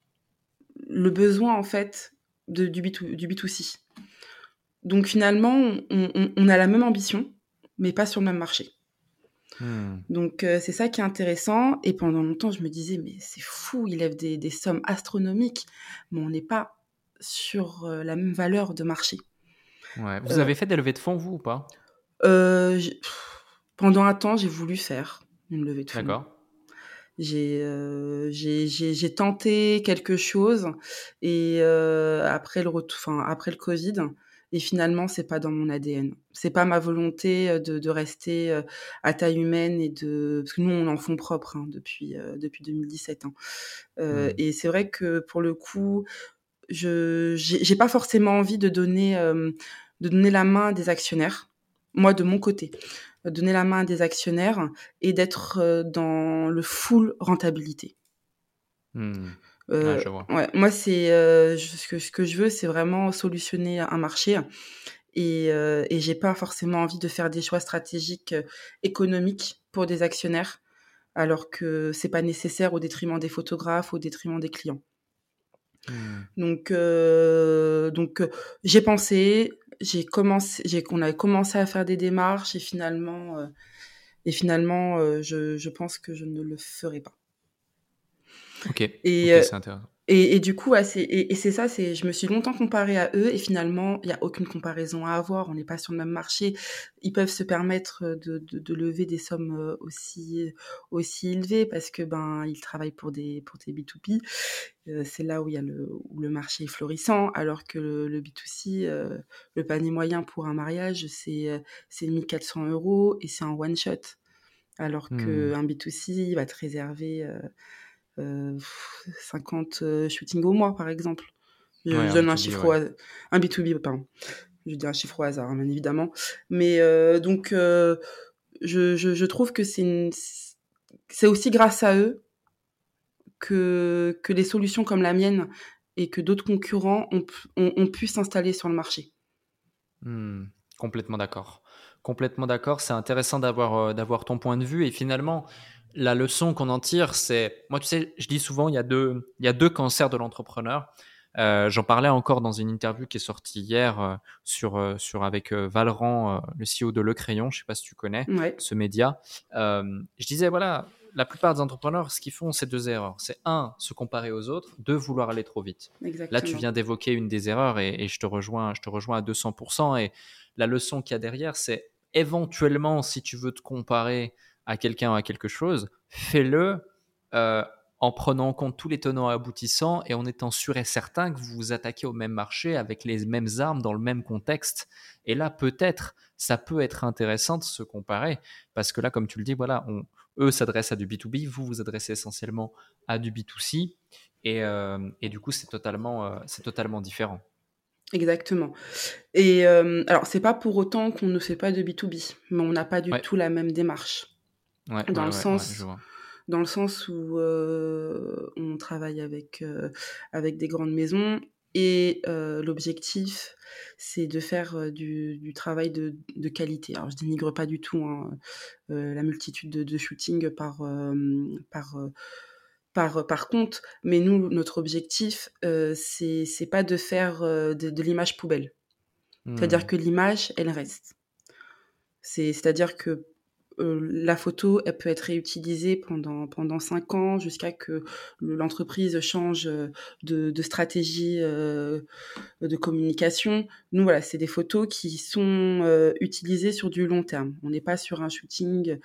le besoin, en fait, de du B deux du B deux C. Donc finalement, on on on a la même ambition, mais pas sur le même marché. Mmh. Donc heu, c'est ça qui est intéressant et pendant longtemps, je me disais: «Mais c'est fou, ils lèvent des des sommes astronomiques, mais on n'est pas sur, heu, la même valeur de marché». Ouais. Vous Heu avez fait des levées de fonds, vous, ou pas? heu, j'ai pendant un temps, j'ai voulu faire une levée de fonds. D'accord. J'ai, heu, j'ai j'ai j'ai tenté quelque chose et heu, après le ret enfin, après le covid et finalement, c'est pas dans mon A D N. C'est pas ma volonté, heu, de de rester, heu, à taille humaine et de parce que nous, on en fonds propres, hein, depuis, heu, depuis deux mille dix-sept, hein. Heu Mmh. et c'est vrai que pour le coup, je j'ai j'ai pas forcément envie de donner, hem, de donner la main à des actionnaires. Moi, de mon côté, heu, donner la main à des actionnaires et d'être, heu, dans le full rentabilité. Mmh. Ouais, Heu, je vois. ouais, moi, c'est, heu, je ce que ce que je veux, c'est vraiment solutionner un marché et heu et j'ai pas forcément envie de faire des choix stratégiques, heu, économiques pour des actionnaires, alors que c'est pas nécessaire au détriment des photographes, au détriment des clients. Mmh. Donc heu donc heu, j'ai pensé, j'ai commencé j'ai on a commencé à faire des démarches et finalement, heu et finalement, heu, je je pense que je ne le ferai pas. OK. Et OK, heu c'est intéressant. et et du coup, ouais, c'est et et c'est ça, c'est je me suis longtemps comparée à eux et finalement, il y a aucune comparaison à avoir. On n'est pas sur le même marché. Ils peuvent se permettre, heu, de de de lever des sommes, heu, aussi aussi élevées parce que, ben, ils travaillent pour des pour des B deux B. Heu, c'est là où il y a le où le marché est florissant, alors que le le B deux C, heu, le panier moyen pour un mariage, c'est, heu, c'est mille quatre cents euros et c'est en one shot. Alors Mmh. qu'un B deux C, il va te réserver, heu heu, cinquante, heu, shootings au mois, par exemple. Je Ouais, je un donne un B deux B, chiffre au ouais. ha un B deux B, pardon. Je dis un chiffre au hasard, hein, bien évidemment. Mais heu, donc heu, je je je trouve que c'est une c c'est aussi grâce à eux que que les solutions comme la mienne et que d'autres concurrents ont pu ont ont pu s'installer sur le marché. Mmh. Complètement d'accord. Complètement d'accord. C'est intéressant d'avoir, heu, d'avoir ton point de vue et finalement, la leçon qu'on en tire, c'est moi, tu sais, je dis souvent, il y a deux il y a deux cancers de l'entrepreneur. Heu, j'en parlais encore dans une interview qui est sortie hier, heu, sur, heu, sur avec, heu, Valran, heu, le C E O de Le Crayon. Je sais pas si tu connais Ouais, ce média. Hem, je disais, voilà, la plupart des entrepreneurs, ce qu'ils font, c'est deux erreurs. C'est un, se comparer aux autres, deux, vouloir aller trop vite. Là, tu exactement. viens d'évoquer une des erreurs et, et je te rejoins, je te rejoins à deux cents pour cent. Et la leçon qu'il y a derrière, c'est éventuellement, si tu veux te comparer à quelqu'un ou à quelque chose, fais-le euh, en prenant en compte tous les tenants et aboutissants et en étant sûr et certain que vous vous attaquez au même marché avec les mêmes armes dans le même contexte. Et là, peut-être, ça peut être intéressant de se comparer parce que là, comme tu le dis, voilà, on, eux s'adressent à du B deux B, vous vous adressez essentiellement à du B deux C. Et, euh, et du coup, c'est totalement, euh, c'est totalement différent. Exactement et hem, alors c'est pas pour autant qu'on ne fait pas de B deux B, mais on n'a pas du Ouais, tout la même démarche. ouais, Dans ouais, le ouais, ouais, je sens vois. dans le sens où, heu, on travaille avec, heu, avec des grandes maisons et heu, l'objectif, c'est de faire, heu, du du travail de de qualité. Alors je dénigre pas du tout, hein, heu, la multitude de de shootings par, hem, par, heu, par, par compte, mais nous, notre objectif, heu, c'est c'est pas de faire, heu, de de l'image poubelle. C'est-à-dire Hmm. que l'image, elle reste. C'est c'est-à-dire que, heu, la photo, elle peut être réutilisée pendant pendant cinq ans jusqu'à que le l'entreprise change, heu, de de stratégie, heu, de communication. Nous, voilà, c'est des photos qui sont, heu, utilisées sur du long terme. On n'est pas sur un shooting,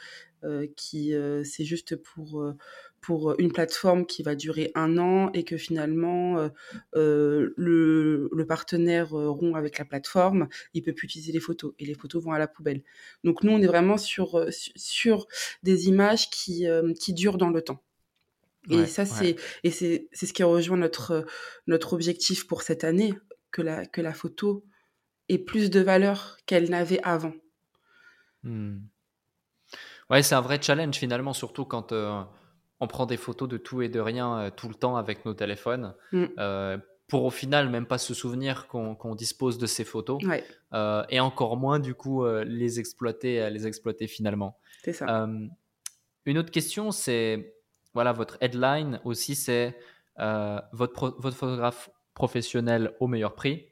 euh, qui euh, c'est juste pour euh, pour une plateforme qui va durer un an et que finalement euh, euh, le, le partenaire euh, rompt avec la plateforme, il peut plus utiliser les photos et les photos vont à la poubelle. Donc nous on est vraiment sur euh, sur, sur des images qui euh, qui durent dans le temps. Et Ouais, ça ouais. c'est et c'est c'est ce qui rejoint notre notre objectif pour cette année, que la que la photo ait plus de valeur qu'elle n'avait avant. Hmm. Ouais, c'est un vrai challenge finalement, surtout quand euh, on prend des photos de tout et de rien euh, tout le temps avec nos téléphones, Mmh. euh, pour au final même pas se souvenir qu'on qu'on dispose de ces photos, Ouais, euh, et encore moins du coup euh, les exploiter, euh, les exploiter finalement. c'est ça. Euh, une autre question, c'est, voilà, votre headline aussi, c'est euh, votre, pro- votre photographe professionnel au meilleur prix.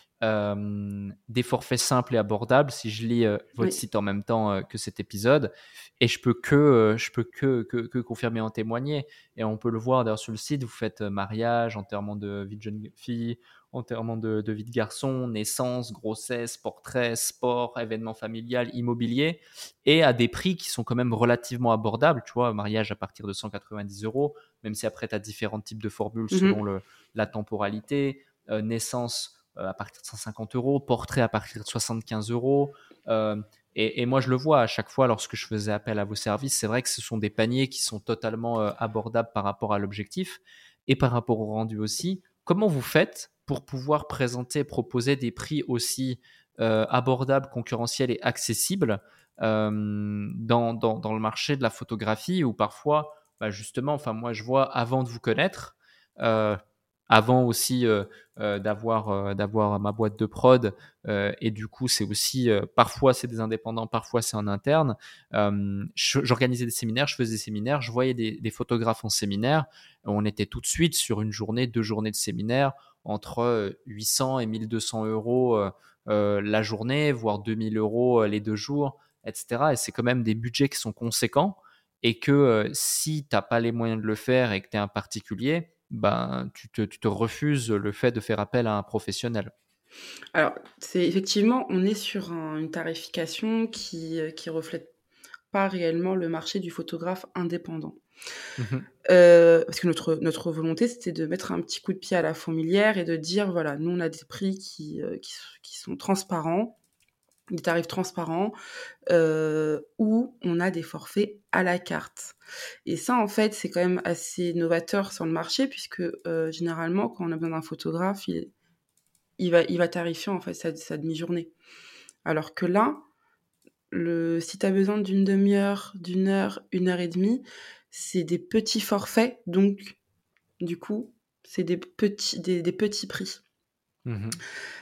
Euh, des forfaits simples et abordables, si je lis euh, votre Oui. site en même temps euh, que cet épisode, et je peux que euh, je peux que, que, que confirmer, en témoigner, et on peut le voir d'ailleurs sur le site. Vous faites euh, mariage, enterrement de vie de jeune fille, enterrement de, de vie de garçon, naissance, grossesse, portrait, sport, événement familial, immobilier, et à des prix qui sont quand même relativement abordables. Tu vois, mariage à partir de cent quatre-vingt-dix euros, même si après tu as différents types de formules selon Mmh. le, la temporalité, euh, naissance euh, à partir de cent cinquante euros, portrait à partir de soixante-quinze euros. Euh, et, et moi, je le vois à chaque fois lorsque je faisais appel à vos services, c'est vrai que ce sont des paniers qui sont totalement euh, abordables par rapport à l'objectif et par rapport au rendu aussi. Comment vous faites pour pouvoir présenter, proposer des prix aussi euh, abordables, concurrentiels et accessibles euh, dans, dans, dans le marché de la photographie, où parfois, bah justement, enfin moi je vois, avant de vous connaître, euh, avant aussi euh, euh, d'avoir euh, d'avoir ma boîte de prod, euh, et du coup c'est aussi euh, parfois c'est des indépendants, parfois c'est en interne. Euh, je- j'organisais des séminaires, je faisais des séminaires, je voyais des, des photographes en séminaire, on était tout de suite sur une journée, deux journées de séminaire entre euh, huit cents et mille deux cents euros euh, euh, la journée, voire deux mille euros euh, les deux jours, et cetera. Et c'est quand même des budgets qui sont conséquents, et que euh, si tu n'as pas les moyens de le faire et que tu es un particulier, ben, tu te, tu te refuses le fait de faire appel à un professionnel. Alors, c'est effectivement, on est sur un une tarification qui, heu, qui reflète pas réellement le marché du photographe indépendant. Mhm. Heu, parce que notre notre volonté, c'était de mettre un petit coup de pied à la fourmilière et de dire: «Voilà, nous, on a des prix qui, heu, qui s qui sont transparents, des tarifs transparents, heu, où on a des forfaits à la carte». Et ça, en fait, c'est quand même assez novateur sur le marché puisque, heu, généralement, quand on a besoin d'un photographe, il il va il va tarifier, en fait, sa sa demi-journée. Alors que là, le si tu as besoin d'une demi heure, d'une heure, une heure et demie, c'est des petits forfaits, donc du coup, c'est des petits des des petits prix. Mhm.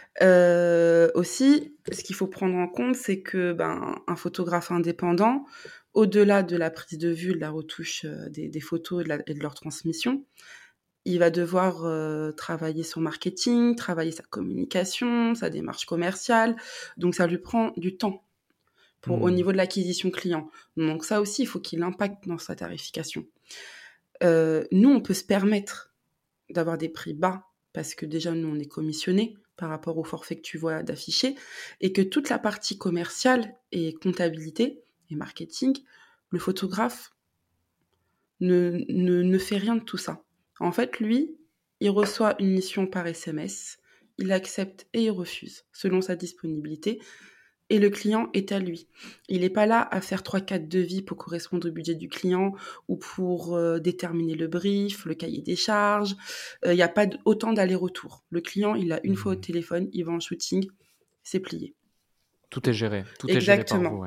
Heu, aussi, ce qu'il faut prendre en compte, c'est que, ben, un photographe indépendant, au-delà de la prise de vue, de la retouche, heu, des des photos et de la et de leur transmission, il va devoir, heu, travailler son marketing, travailler sa communication, sa démarche commerciale, donc ça lui prend du temps. Pour au Mhm. niveau de l'acquisition client. Donc ça aussi, il faut qu'il impacte dans sa tarification. Heu, nous, on peut se permettre d'avoir des prix bas parce que déjà, nous, on est commissionné par rapport au forfait que tu vois d'afficher et que toute la partie commerciale et comptabilité et marketing, le photographe ne ne ne fait rien de tout ça. En fait, lui, il reçoit une mission par S M S, il accepte et il refuse selon sa disponibilité et le client est à lui. Il n'est pas là à faire trois quatre devis pour correspondre au budget du client ou pour euh, déterminer le brief, le cahier des charges. Euh, Il n'y a pas d- autant d'aller-retour. Le client, il a une fois au Mhm. téléphone, il va en shooting, c'est plié. Tout est géré, tout est géré par vous,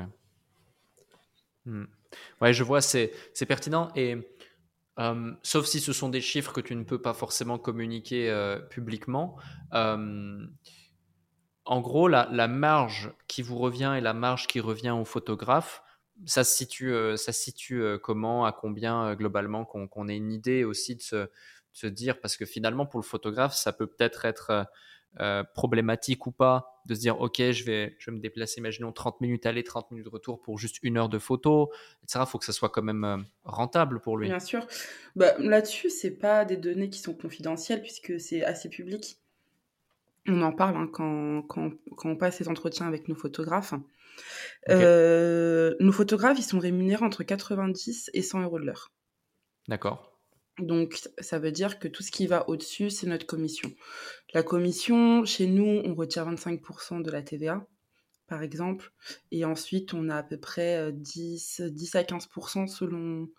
Exactement. ouais. Mhm. Ouais, je vois, c'est c'est pertinent, et euh, sauf si ce sont des chiffres que tu ne peux pas forcément communiquer euh, publiquement. euh, En gros, la, la marge qui vous revient et la marge qui revient au photographe, ça se situe, euh, ça se situe euh, comment, à combien euh, globalement, qu'on qu'on ait une idée aussi de se, de se dire, parce que finalement pour le photographe, ça peut peut-être être euh, euh, problématique ou pas, de se dire, ok, je vais, je vais me déplacer, imaginons trente minutes aller, trente minutes retour pour juste une heure de photo, et cetera. Il faut que ça soit quand même euh, rentable pour lui. Bien sûr. Bah, là-dessus, c'est pas des données qui sont confidentielles puisque c'est assez public. On en parle hein, quand, quand, quand on passe ces entretiens avec nos photographes. Ok, Euh, nos photographes, ils sont rémunérés entre quatre-vingt-dix et cent euros de l'heure. d'accord. Donc, ça veut dire que tout ce qui va au-dessus, c'est notre commission. La commission, chez nous, on retire vingt-cinq pour cent de la T V A, par exemple. Et ensuite, on a à peu près dix, dix à quinze pour cent selon,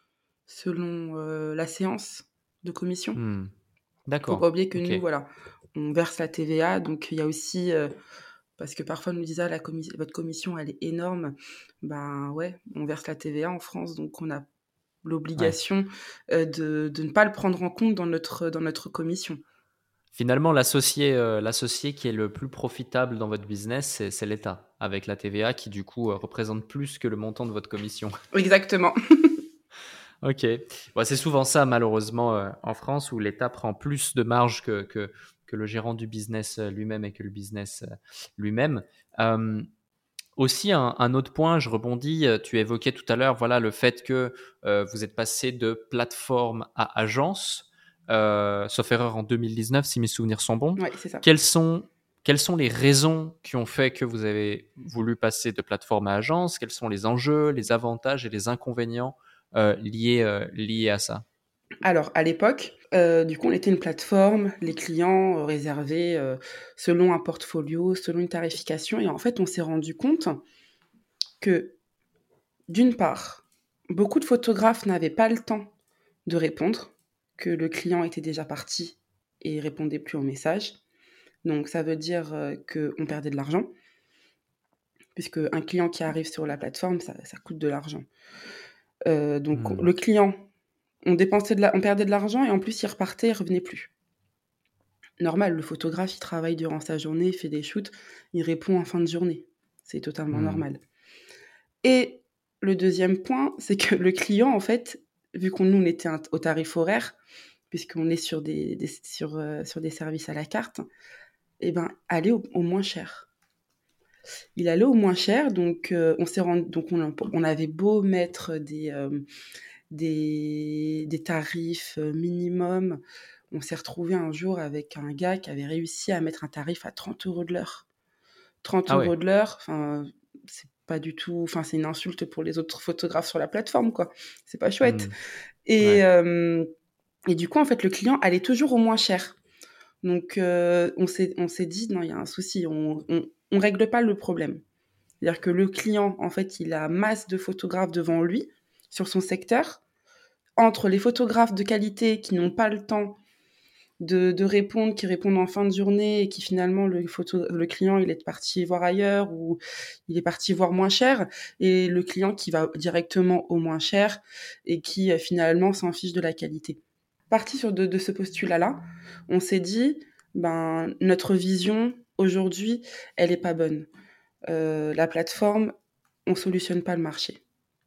selon euh, la séance de commission. Hmm. Faut pas D'accord, oublier que ok. nous, voilà, on verse la T V A. Donc, il y a aussi... euh, parce que parfois, on nous disait, ah, la commis- votre commission, elle est énorme. Ben ouais, on verse la T V A en France, donc on a Ouais. l'obligation euh, de, de ne pas le prendre en compte dans notre, dans notre commission. Finalement, l'associé, euh, l'associé qui est le plus profitable dans votre business, c'est, c'est l'État, avec la T V A qui du coup euh, représente plus que le montant de votre commission. Exactement. Ok. Bon, c'est souvent ça, malheureusement, euh, en France, où l'État prend plus de marge que, que, que le gérant du business euh, lui-même et que le business euh, lui-même. Euh, Aussi, un, un autre point, je rebondis, euh, tu évoquais tout à l'heure, voilà, le fait que euh, vous êtes passé de plateforme à agence, euh, sauf erreur en deux mille dix-neuf, si mes souvenirs sont bons. Ouais, c'est ça. Quelles sont, quelles sont les raisons qui ont fait que vous avez voulu passer de plateforme à agence? Quels sont les enjeux, les avantages et les inconvénients euh, liés, euh, liés à ça? Alors, à l'époque, euh, du coup, on était une plateforme, les clients euh, réservaient euh, selon un portfolio, selon une tarification. Et en fait, on s'est rendu compte que, d'une part, beaucoup de photographes n'avaient pas le temps de répondre, que le client était déjà parti et répondait plus aux messages. Donc, ça veut dire euh, qu'on perdait de l'argent, puisque un client qui arrive sur la plateforme, ça, ça coûte de l'argent. Euh, donc, Hmm. le client, on, dépensait de la, on perdait de l'argent et en plus, il repartait, il revenait plus. Normal, le photographe, il travaille durant sa journée, il fait des shoots, il répond en fin de journée. C'est totalement Hmm. normal. Et le deuxième point, c'est que le client, en fait, vu qu'on nous, on était un- au tarif horaire, puisqu'on est sur des, des- sur, euh, sur des services à la carte, eh ben, allait au, au moins cher. Il allait au moins cher, donc euh, on s'est rendu, donc on, on avait beau mettre des, euh, des, des tarifs euh, minimum, on s'est retrouvé un jour avec un gars qui avait réussi à mettre un tarif à trente euros de l'heure. trente Ah ouais. euros de l'heure, enfin, c'est pas du tout, enfin, c'est une insulte pour les autres photographes sur la plateforme, quoi. C'est pas chouette. Hmm. Et, Ouais. euh, et du coup, en fait, le client allait toujours au moins cher. Donc, euh, on s'est, on s'est dit, non, il y a un souci, on, on, on règle pas le problème. C'est-à-dire que le client, en fait, il a masse de photographes devant lui, sur son secteur, entre les photographes de qualité qui n'ont pas le temps de, de répondre, qui répondent en fin de journée et qui finalement le, photo, le client il est parti voir ailleurs ou il est parti voir moins cher et le client qui va directement au moins cher et qui euh, finalement s'en fiche de la qualité. Parti sur de, de ce postulat-là, on s'est dit ben notre vision aujourd'hui elle est pas bonne. Euh, la plateforme on solutionne pas le marché.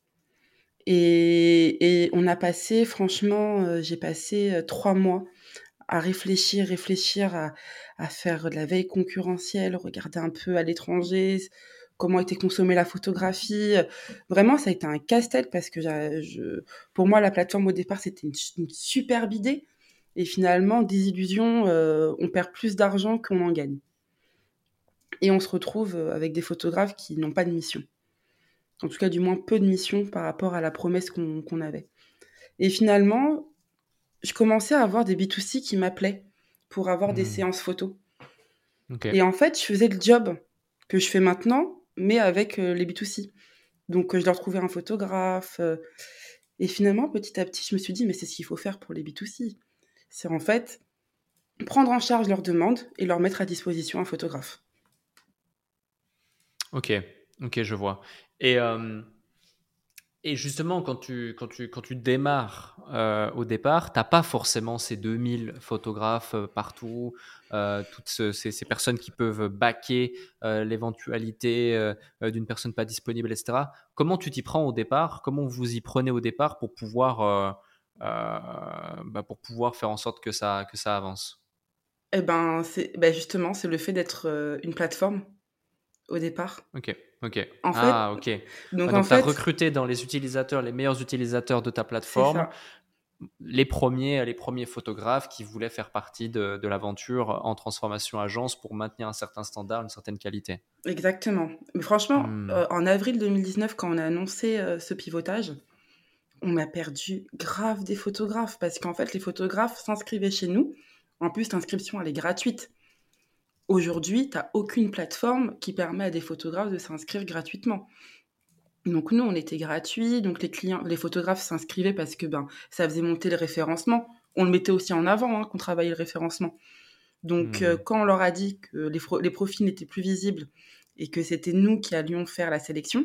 Et, et on a passé, franchement, euh, j'ai passé euh, trois mois à réfléchir, réfléchir à, à faire de la veille concurrentielle, regarder un peu à l'étranger, comment était consommée la photographie. Vraiment, ça a été un casse-tête parce que je, pour moi, la plateforme au départ, c'était une, une superbe idée. Et finalement, des illusions, euh, on perd plus d'argent qu'on en gagne. Et on se retrouve avec des photographes qui n'ont pas de mission. En tout cas, du moins peu de mission par rapport à la promesse qu'on qu'on avait. Et finalement, je commençais à avoir des B deux C qui m'appelaient pour avoir des Hmm. séances photos. Ok. Et en fait, je faisais le job que je fais maintenant, mais avec euh, les B deux C. Donc, euh, je leur trouvais un photographe. euh, et finalement, petit à petit, je me suis dit, mais c'est ce qu'il faut faire pour les B deux C. C'est en fait prendre en charge leurs demandes et leur mettre à disposition un photographe. Ok. Ok, je vois. Et euh, Et justement, quand tu, quand tu, quand tu démarres euh, au départ, tu n'as pas forcément ces deux mille photographes euh, partout, euh, toutes ce- ces, ces personnes qui peuvent backer euh, l'éventualité euh, euh, d'une personne pas disponible, et cetera. Comment tu t'y prends au départ? Comment vous y prenez au départ pour pouvoir, euh, euh, bah, pour pouvoir faire en sorte que ça, que ça avance? Eh ben, c'est, ben justement, c'est le fait d'être euh, une plateforme au départ. Ok, ok. En fait, Ah, ok. donc Ouais, en donc, tu as fait, recruté dans les utilisateurs, les meilleurs utilisateurs de ta c'est plateforme. ça. les premiers, les premiers photographes qui voulaient faire partie de, de l'aventure en transformation agence pour maintenir un certain standard, une certaine qualité. Exactement. Mais franchement, Hmm. euh, en avril deux mille dix-neuf, quand on a annoncé euh, ce pivotage, on a perdu grave des photographes parce qu'en fait, les photographes s'inscrivaient chez nous. En plus, l'inscription, elle est gratuite. Aujourd'hui, tu n'as aucune plateforme qui permet à des photographes de s'inscrire gratuitement. Donc nous, on était gratuits, donc les clients, les photographes s'inscrivaient parce que ben ça faisait monter le référencement. On le mettait aussi en avant, hein, qu'on travaillait le référencement. Donc Hmm. euh, quand on leur a dit que les, fro- les profils n'étaient plus visibles et que c'était nous qui allions faire la sélection,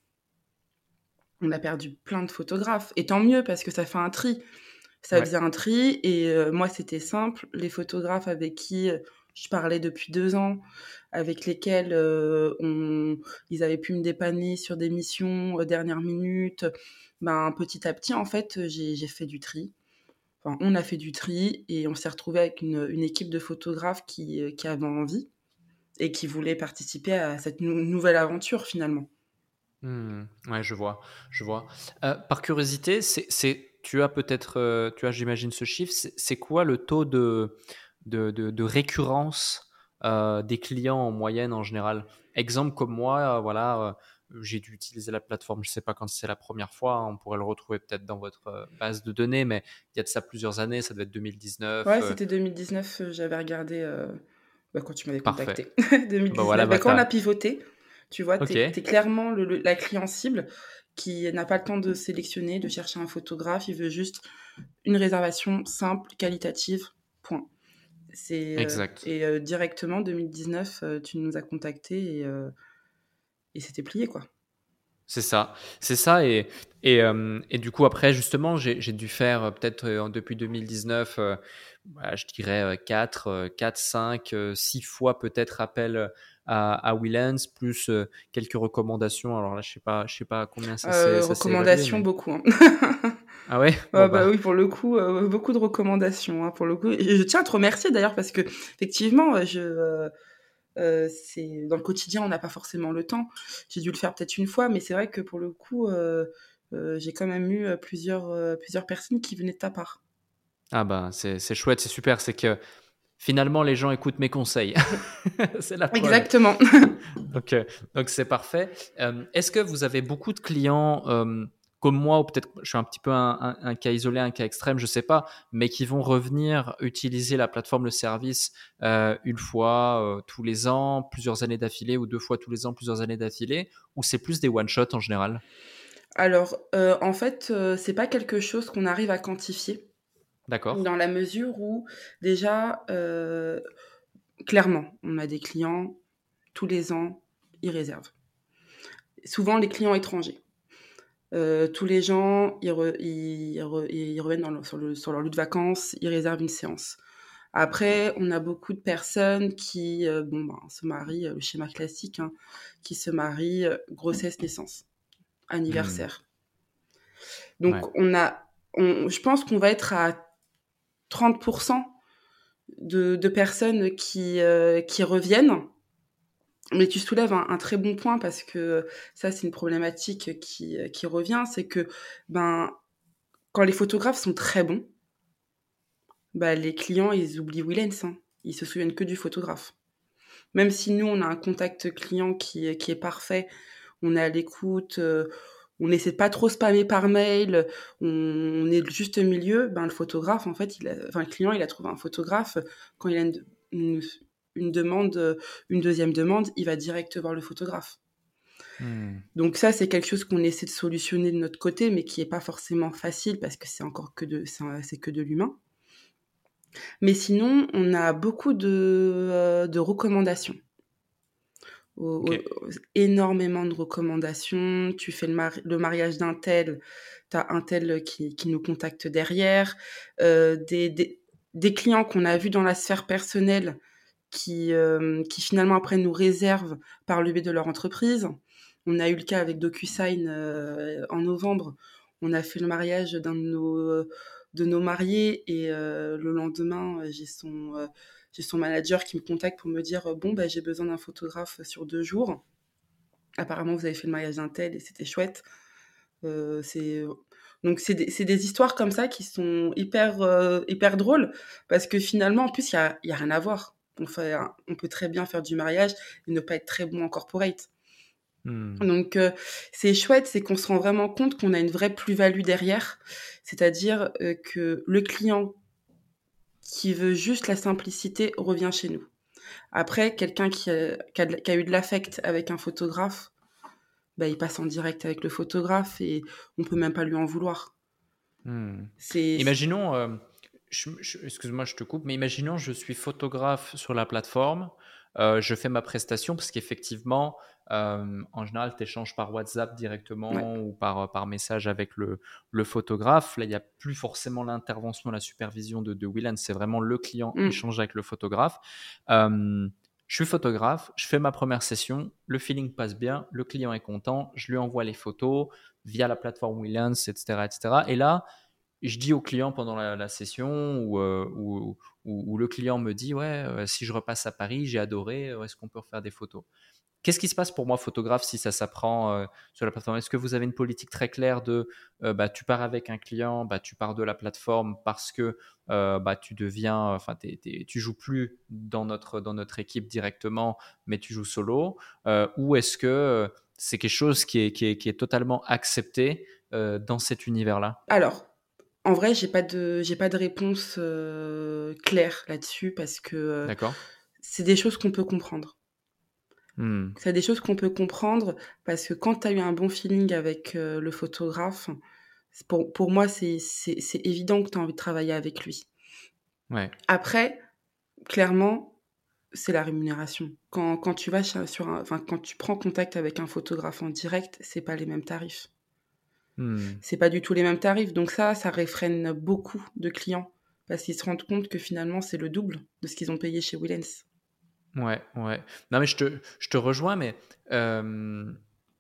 on a perdu plein de photographes. Et tant mieux parce que ça fait un tri. Ça Ouais. faisait un tri et euh, moi c'était simple. Les photographes avec qui euh, je parlais depuis deux ans, avec lesquels euh, on, ils avaient pu me dépanner sur des missions euh, dernière minute, ben, petit à petit en fait j'ai, j'ai fait du tri. Enfin, on a fait du tri et on s'est retrouvé avec une, une équipe de photographes qui, euh, qui avait envie et qui voulait participer à cette nou- nouvelle aventure finalement. Hmm. Ouais, je vois, je vois. Euh, par curiosité, c'est, c'est, tu as peut-être, euh, tu as, j'imagine, ce chiffre. C'est, c'est quoi le taux de, de, de, de récurrence euh, des clients en moyenne en général? Exemple comme moi, euh, voilà, euh, j'ai dû utiliser la plateforme. Je sais pas quand c'est la première fois. Hein, on pourrait le retrouver peut-être dans votre euh, base de données, mais il y a de ça plusieurs années. Ça devait être deux mille dix-neuf. Ouais, euh, c'était deux mille dix-neuf, euh, j'avais regardé euh, bah, quand tu m'avais parfait. contacté. Bah voilà, deux mille dix-neuf, bah, bah quand on a t'as. pivoté, tu vois, Ok. t'es, t'es clairement le, le- la client cible qui n'a pas le temps de sélectionner, de chercher un photographe, il veut juste une réservation simple, qualitative, point. C'est, euh, Exact. et euh, directement, deux mille dix-neuf, euh, tu nous as contactés et, euh, et c'était plié, quoi. C'est ça, c'est ça et et hem et du coup après justement j'ai j'ai dû faire, heu, peut-être, heu, depuis deux mille dix-neuf, heu, bah, je dirais, heu, quatre, heu, quatre cinq, heu, six fois peut-être appel, heu, à à Willens plus, heu, quelques recommandations. Alors là, je sais pas je sais pas à combien ça s'est Euh, ça s'est évalué recommandations, mais beaucoup, hein. ah ouais? Bon Ah bah bah oui, pour le coup, euh, beaucoup de recommandations, hein, pour le coup. Et je tiens à te remercier d'ailleurs parce que effectivement, euh, je, euh, euh, c'est dans le quotidien, on n'a pas forcément le temps. J'ai dû le faire peut-être une fois, mais c'est vrai que pour le coup, euh, euh, j'ai quand même eu euh, plusieurs, euh, plusieurs personnes qui venaient de ta part. ah bah, c'est c'est chouette, c'est super, c'est que finalement les gens écoutent mes conseils. C'est la preuve. Exactement. Donc, euh, donc c'est parfait. Euh, est-ce que vous avez beaucoup de clients euh, comme moi, ou peut-être je suis un petit peu un, un- un cas isolé, un cas extrême, je sais pas, mais qui vont revenir utiliser la plateforme, le service euh, une fois euh, tous les ans, plusieurs années d'affilée, ou deux fois tous les ans, plusieurs années d'affilée, ou c'est plus des one-shot en général? Alors, euh, en fait, euh, c'est pas quelque chose qu'on arrive à quantifier D'accord. dans la mesure où déjà, euh, clairement, on a des clients tous les ans, ils réservent. Souvent, les clients étrangers. Euh, tous les gens, ils, re- ils, re- ils reviennent dans leur- sur, le- sur leur lieu de vacances, ils réservent une séance. Après, on a beaucoup de personnes qui euh, bon, ben, se marient, euh, le schéma classique, hein, qui se marient euh, grossesse, naissance, Hmm. anniversaire. Ouais. Donc, on a, on, je pense qu'on va être à trente pour cent de, de personnes qui, euh, qui reviennent. Mais tu soulèves un, un très bon point parce que ça, c'est une problématique qui, qui revient, c'est que ben, quand les photographes sont très bons, bah, les clients, ils oublient Willens, hein. Ils se souviennent que du photographe. Même si nous, on a un contact client qui, est- qui est parfait, on est à l'écoute, euh, on n'essaie de pas trop spammer par mail, on, on est le juste milieu, ben, le photographe, en fait, il a, enfin, le client, il a trouvé un photographe. Quand il a une, une, une demande, euh, une deuxième demande, il va direct voir le photographe. Hmm. Donc ça, c'est quelque chose qu'on essaie de solutionner de notre côté, mais qui est pas forcément facile parce que c'est encore que de, c'est c'est que de l'humain. Mais sinon, on a beaucoup de, euh, de recommandations. Ok. Au- au- énormément de recommandations. Tu fais le, mari- le mariage d'un tel, tu as un tel qui, qui nous contacte derrière. Euh, des, des, des clients qu'on a vus dans la sphère personnelle qui, euh, qui finalement après nous réservent par le biais de leur entreprise. On a eu le cas avec DocuSign euh, en novembre. On a fait le mariage d'un de nos, de nos mariés et euh, le lendemain, j'ai son, euh, j'ai son manager qui me contacte pour me dire bon, bah, j'ai besoin d'un photographe sur deux jours. Apparemment, vous avez fait le mariage d'un tel et c'était chouette. Euh, c'est Donc c'est des, c'est des histoires comme ça qui sont hyper, euh, hyper drôles parce que finalement, en plus, il y a, il y a rien à voir. On, fait, un- on peut très bien faire du mariage et ne pas être très bon en corporate. Hmm. Donc euh, c'est chouette, c'est qu'on se rend vraiment compte qu'on a une vraie plus-value derrière. C'est-à-dire euh, que le client qui veut juste la simplicité revient chez nous. Après, quelqu'un qui a, qui a de- qui a eu de l'affect avec un photographe, bah, il passe en direct avec le photographe et on peut même pas lui en vouloir. Hmm. C'est Imaginons, euh, je- je- excuse-moi, je te coupe, mais imaginons je suis photographe sur la plateforme, euh, je fais ma prestation parce qu'effectivement, euh, en général, tu échanges par WhatsApp ouais. directement ou par, par message avec le, le photographe. Là, il n'y a plus forcément l'intervention, la supervision de, de Willan, c'est vraiment le client Mm. échange avec le photographe. Euh, je suis photographe, je fais ma première session, le feeling passe bien, le client est content, je lui envoie les photos via la plateforme Williams, et cetera, et cetera. Et là, je dis au client pendant la, la session où, euh, où, où- où le client me dit ouais, euh, si je repasse à Paris, j'ai adoré, euh, est-ce qu'on peut refaire des photos? Qu'est-ce qui se passe pour moi, photographe, si ça s'apprend euh, sur la plateforme? Est-ce que vous avez une politique très claire de euh, bah, tu pars avec un client, bah, tu pars de la plateforme parce que euh, bah, tu deviens, enfin, t'es- t'es- tu joues plus dans notre, dans notre équipe directement, mais tu joues solo? Euh, ou est-ce que euh, c'est quelque chose qui est, qui est, qui est totalement accepté euh, dans cet univers-là? Alors, en vrai, j'ai pas de, j'ai pas de réponse euh, claire là-dessus parce que euh, D'accord. c'est des choses qu'on peut comprendre. Hmm. C'est des choses qu'on peut comprendre parce que quand tu as eu un bon feeling avec euh, le photographe, c'est pour, pour moi, c'est, c'est, c'est évident que tu as envie de travailler avec lui. Ouais. Après, clairement, c'est la rémunération. Quand, quand tu vas chez- sur un, enfin, quand tu prends contact avec un photographe en direct, c'est pas les mêmes tarifs. Hmm. C'est pas du tout les mêmes tarifs. Donc ça, ça réfrène beaucoup de clients parce qu'ils se rendent compte que finalement, c'est le double de ce qu'ils ont payé chez Willens. Ouais, ouais. Non, mais je te, je te rejoins, mais euh,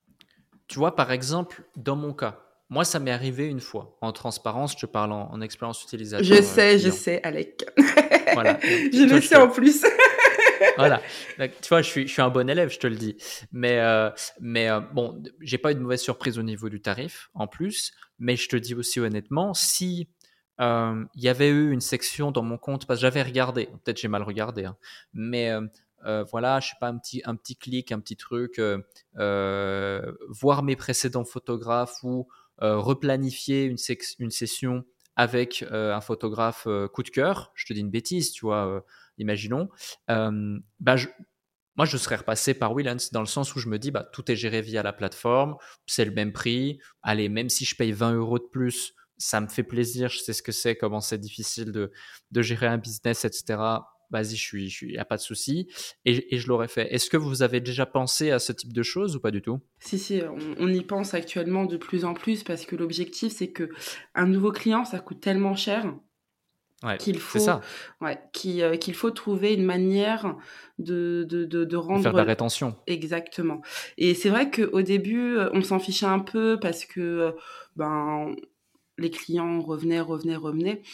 tu vois, par exemple, dans mon cas, moi, ça m'est arrivé une fois. En transparence, je te parle en, en expérience Je utilisateur euh, sais, je client. sais, Alec. Voilà. Donc, tu Je tu vois, le je sais en te, plus. voilà. Donc, tu vois, je suis, je suis un bon élève, je te le dis. Mais, euh, mais euh, bon, j'ai pas eu de mauvaise surprise au niveau du tarif, en plus. Mais je te dis aussi honnêtement, si euh, il y avait eu une section dans mon compte, parce que j'avais regardé, peut-être j'ai mal regardé, hein, mais euh, euh, voilà, je sais pas, un petit, un petit clic, un petit truc, euh, euh, voir mes précédents photographes ou euh, replanifier une, sec- une session avec euh, un photographe euh, coup de cœur. Je te dis une bêtise, tu vois, euh, imaginons. Euh, bah, je- moi, je serais repassé par Willens dans le sens où je me dis, bah, tout est géré via la plateforme, c'est le même prix. Allez, même si je paye vingt euros de plus, ça me fait plaisir, je sais ce que c'est, comment c'est difficile de, de gérer un business, et cetera. Vas-y, je suis, je suis, y a pas de souci. Et, et je l'aurais fait. Est-ce que vous avez déjà pensé à ce type de choses ou pas du tout? Si, si, on, on y pense actuellement de plus en plus parce que l'objectif, c'est que un nouveau client, ça coûte tellement cher Ouais, qu'il c'est faut, ça, ouais, qu'il euh, qu'il faut trouver une manière de, de, de, de de faire de la rendre rétention. exactement. Et c'est vrai qu'au début, euh, on s'en fichait un peu parce que euh, ben, les clients revenaient, revenaient, revenaient.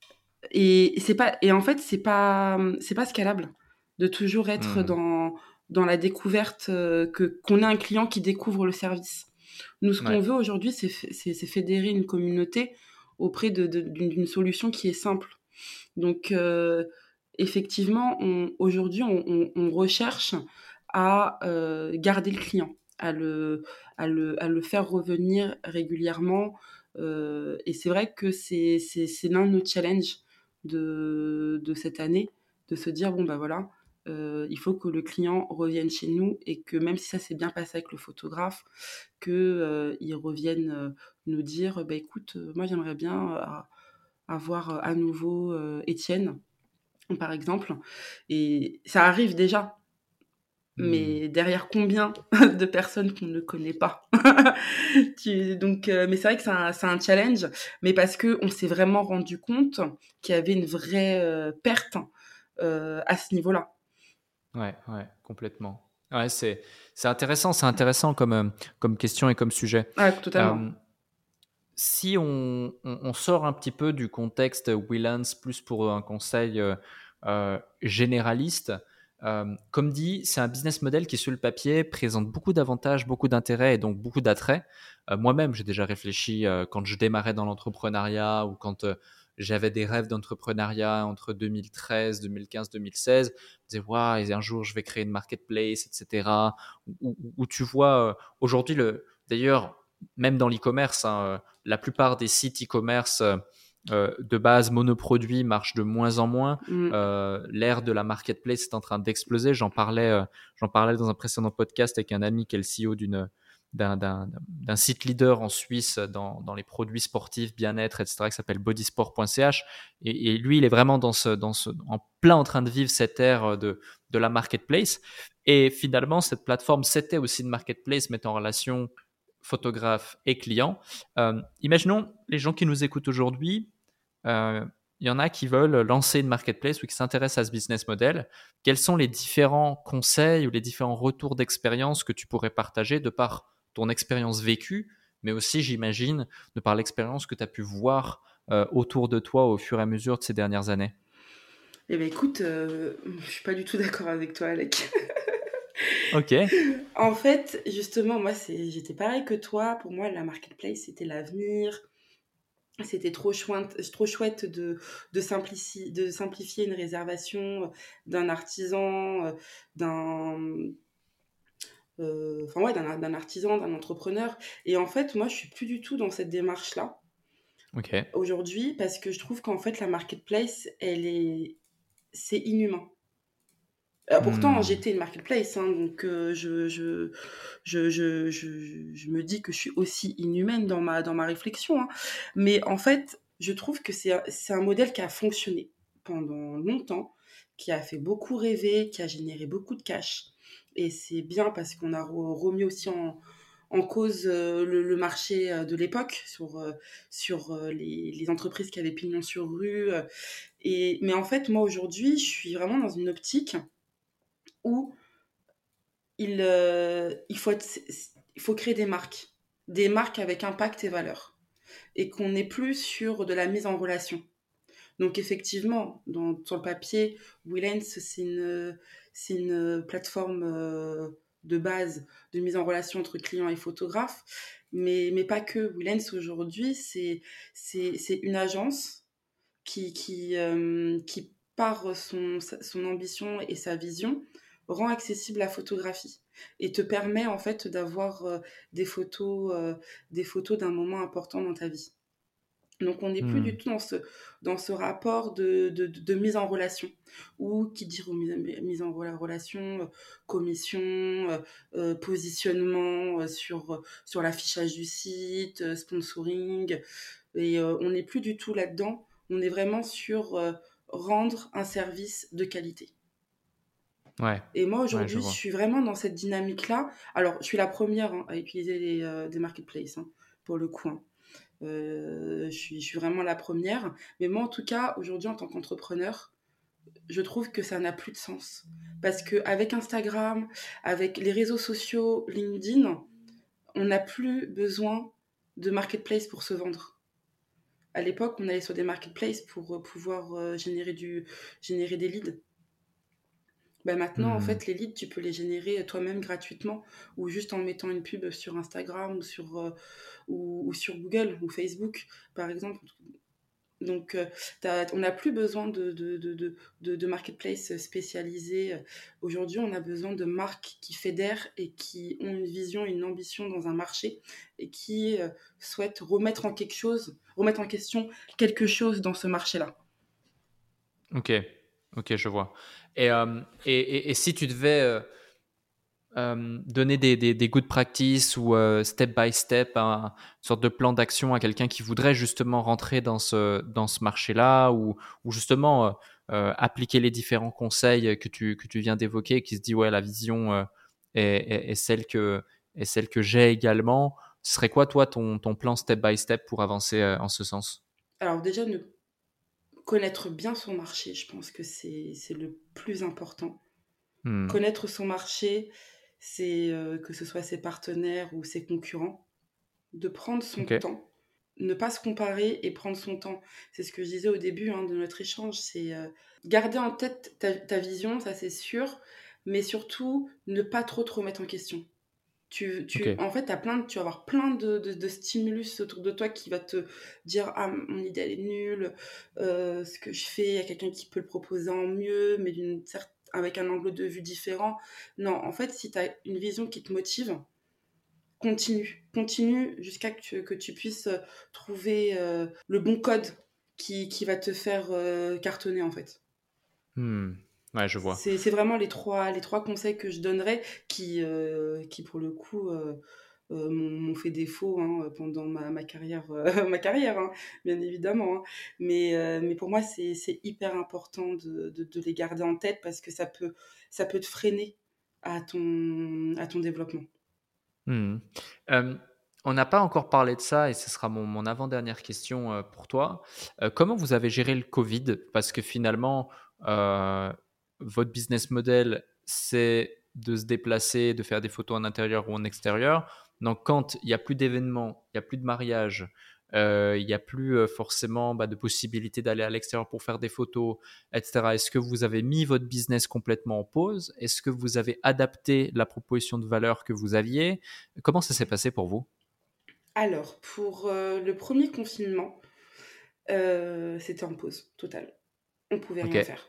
Et c'est pas, et en fait, c'est pas, c'est pas scalable de toujours être Hmm. dans, dans la découverte, euh, que, qu'on ait un client qui découvre le service. Nous, ce qu'on Ouais. veut aujourd'hui, c'est, f- c'est, c'est fédérer une communauté auprès de, de- d'une, d'une solution qui est simple. Donc, euh, effectivement, on, aujourd'hui, on, on- on recherche à euh, garder le client, à le, à le, à le faire revenir régulièrement. Euh, et c'est vrai que c'est, c'est, c'est l'un de nos challenges de, de cette année, de se dire, bon, bah voilà, euh, il faut que le client revienne chez nous et que même si ça s'est bien passé avec le photographe, qu'il euh, il revienne euh, nous dire, bah écoute, euh, moi j'aimerais bien euh, avoir euh, à nouveau euh, Étienne, par exemple. Et ça arrive déjà, Hmm. mais derrière combien de personnes qu'on ne connaît pas. Tu- donc, euh, mais c'est vrai que c'est un, c'est un challenge, mais parce que on s'est vraiment rendu compte qu'il y avait une vraie euh, perte euh, à ce niveau-là. Ouais, ouais, complètement. Ouais, c'est, c'est intéressant, c'est intéressant comme, euh, comme question et comme sujet. Ah, totalement. Euh, Si on, on- on sort un petit peu du contexte Willans, plus pour un conseil euh, euh, généraliste, Euh, comme dit, c'est un business model qui, sur le papier, présente beaucoup d'avantages, beaucoup d'intérêts et donc beaucoup d'attraits. Euh, moi-même, j'ai déjà réfléchi euh, quand je démarrais dans l'entrepreneuriat ou quand euh, j'avais des rêves d'entrepreneuriat entre deux mille treize, deux mille quinze, deux mille seize. Je me disais, waouh, et un jour, je vais créer une marketplace, et cetera. Où, où- où tu vois, euh, aujourd'hui, le, d'ailleurs, même dans l'e-commerce, hein, euh, la plupart des sites e-commerce euh, euh, de base monoproduits marchent de moins en moins. Mm. Euh, l'ère de la marketplace est en train d'exploser. J'en parlais, euh, j'en parlais dans un précédent podcast avec un ami qui est le C E O d'une, d'un, d'un, d'un site leader en Suisse dans, dans les produits sportifs, bien-être, et cetera, qui s'appelle bodysport point c h. Et, et lui, il est vraiment dans ce, dans ce, en plein en train de vivre cette ère de, de la marketplace. Et finalement, cette plateforme, c'était aussi une marketplace mettant en relation photographes et clients. Euh, imaginons les gens qui nous écoutent aujourd'hui. Euh, il y en a qui veulent lancer une marketplace ou qui s'intéressent à ce business model. Quels sont les différents conseils ou les différents retours d'expérience que tu pourrais partager de par ton expérience vécue, mais aussi, j'imagine, de par l'expérience que tu as pu voir euh, autour de toi au fur et à mesure de ces dernières années? Eh ben écoute, euh, je suis pas du tout d'accord avec toi, Alec. Ok. En fait, justement, moi, c'est, j'étais pareil que toi. Pour moi, la marketplace, c'était l'avenir. C'était trop chouette, trop chouette de, de, simplici- de simplifier une réservation d'un artisan, euh, d'un, euh, enfin ouais, d'un, d'un artisan, d'un entrepreneur. Et en fait, moi, je suis plus du tout dans cette démarche-là Ok. aujourd'hui parce que je trouve qu'en fait, la marketplace, elle est, c'est inhumain. Euh, pourtant, Hmm. j'étais une marketplace, hein, donc euh, je, je, je, je, je, je me dis que je suis aussi inhumaine dans ma, dans ma réflexion. Hein. Mais en fait, je trouve que c'est, c'est un modèle qui a fonctionné pendant longtemps, qui a fait beaucoup rêver, qui a généré beaucoup de cash. Et c'est bien parce qu'on a re- remis aussi en, en cause euh, le, le marché euh, de l'époque sur, euh, sur euh, les, les entreprises qui avaient pignon sur rue. euh. Et, mais en fait, moi aujourd'hui, je suis vraiment dans une optique où il, euh, il, faut être- il faut créer des marques, des marques avec impact et valeur, et qu'on n'est plus sur de la mise en relation. Donc effectivement, dans, sur le papier, Willens, c'est une, c'est une plateforme euh, de base de mise en relation entre clients et photographes, mais, mais pas que. Willens, aujourd'hui, c'est, c'est, c'est une agence qui, qui, euh, qui par son, son ambition et sa vision, rend accessible la photographie et te permet en fait d'avoir euh, des photos, euh, des photos d'un moment important dans ta vie. Donc on n'est plus du Hmm. tout dans ce, dans ce rapport de, de, de mise en relation, ou qui dit remise- mise en relation, euh, commission, euh, euh, positionnement euh, sur, sur l'affichage du site, euh, sponsoring, et euh, on n'est plus du tout là-dedans, on est vraiment sur euh, rendre un service de qualité. Ouais. Et moi Ouais, je aujourd'hui, je vois. suis vraiment dans cette dynamique-là. Alors, je suis la première hein, à utiliser les, euh, des marketplaces, hein, pour le coup. Hein. Euh, je, suis, je suis vraiment la première. Mais moi, en tout cas, aujourd'hui, en tant qu'entrepreneur, je trouve que ça n'a plus de sens. Parce qu'avec Instagram, avec les réseaux sociaux, LinkedIn, on n'a plus besoin de marketplace pour se vendre. À l'époque, on allait sur des marketplaces pour euh, pouvoir euh, générer, du, générer des leads. Bah maintenant, en Hmm. fait, les leads, tu peux les générer toi-même gratuitement ou juste en mettant une pub sur Instagram ou sur, euh, ou, ou sur Google ou Facebook, par exemple. Donc, euh, t'as- on n'a plus besoin de, de, de, de, de, de marketplace spécialisés. Aujourd'hui, on a besoin de marques qui fédèrent et qui ont une vision, une ambition dans un marché et qui euh, souhaitent remettre en quelque chose, remettre en question quelque chose dans ce marché-là. Ok. Ok, je vois. Et, euh, et, et, et si tu devais euh, euh, donner des, des, des good practice ou euh, step by step, un, une sorte de plan d'action à quelqu'un qui voudrait justement rentrer dans ce, dans ce marché-là ou, ou justement euh, euh, appliquer les différents conseils que tu, que tu viens d'évoquer, qui se dit ouais, la vision euh, est, est, est celle que, est celle que j'ai également. Ce serait quoi, toi, ton, ton plan step by step pour avancer euh, en ce sens? Alors déjà, ne connaître bien son marché, je pense que c'est c'est le plus important. Hmm. Connaître son marché, c'est euh, que ce soit ses partenaires ou ses concurrents, de prendre son Ok. temps ne pas se comparer et prendre son temps. C'est ce que je disais au début hein, de notre échange, c'est euh, garder en tête ta, ta vision, ça c'est sûr, mais surtout ne pas trop te remettre en question. Tu, Ok. tu, en fait, t'as plein de, tu vas avoir plein de, de, de stimulus autour de toi qui va te dire ah mon idée elle est nulle, euh, ce que je fais, il y a quelqu'un qui peut le proposer en mieux, mais d'une certaine, avec un angle de vue différent. Non, en fait, si tu as une vision qui te motive, continue, continue jusqu'à que tu, que tu puisses trouver euh, le bon code qui, qui va te faire euh, cartonner en fait. Hmm. Ouais, je vois. C'est, c'est vraiment les trois, les trois conseils que je donnerais qui, euh, qui pour le coup, euh, euh, m'ont, m'ont fait défaut hein, pendant ma, ma carrière, euh, ma carrière hein, bien évidemment. Hein. Mais, euh, mais pour moi, c'est, c'est hyper important de, de, de les garder en tête parce que ça peut, ça peut te freiner à ton, à ton développement. Hmm. Euh, on n'a pas encore parlé de ça et ce sera mon, mon avant-dernière question euh, pour toi. Euh, comment vous avez géré le Covid? Parce que finalement, euh, votre business model, c'est de se déplacer, de faire des photos en intérieur ou en extérieur. Donc, quand il n'y a plus d'événements, il n'y a plus de mariage, euh, il n'y a plus euh, forcément bah, de possibilité d'aller à l'extérieur pour faire des photos, et cetera. Est-ce que vous avez mis votre business complètement en pause? Est-ce que vous avez adapté la proposition de valeur que vous aviez? Comment ça s'est passé pour vous? Alors, pour euh, le premier confinement, euh, c'était en pause totale. On pouvait Ok. rien faire.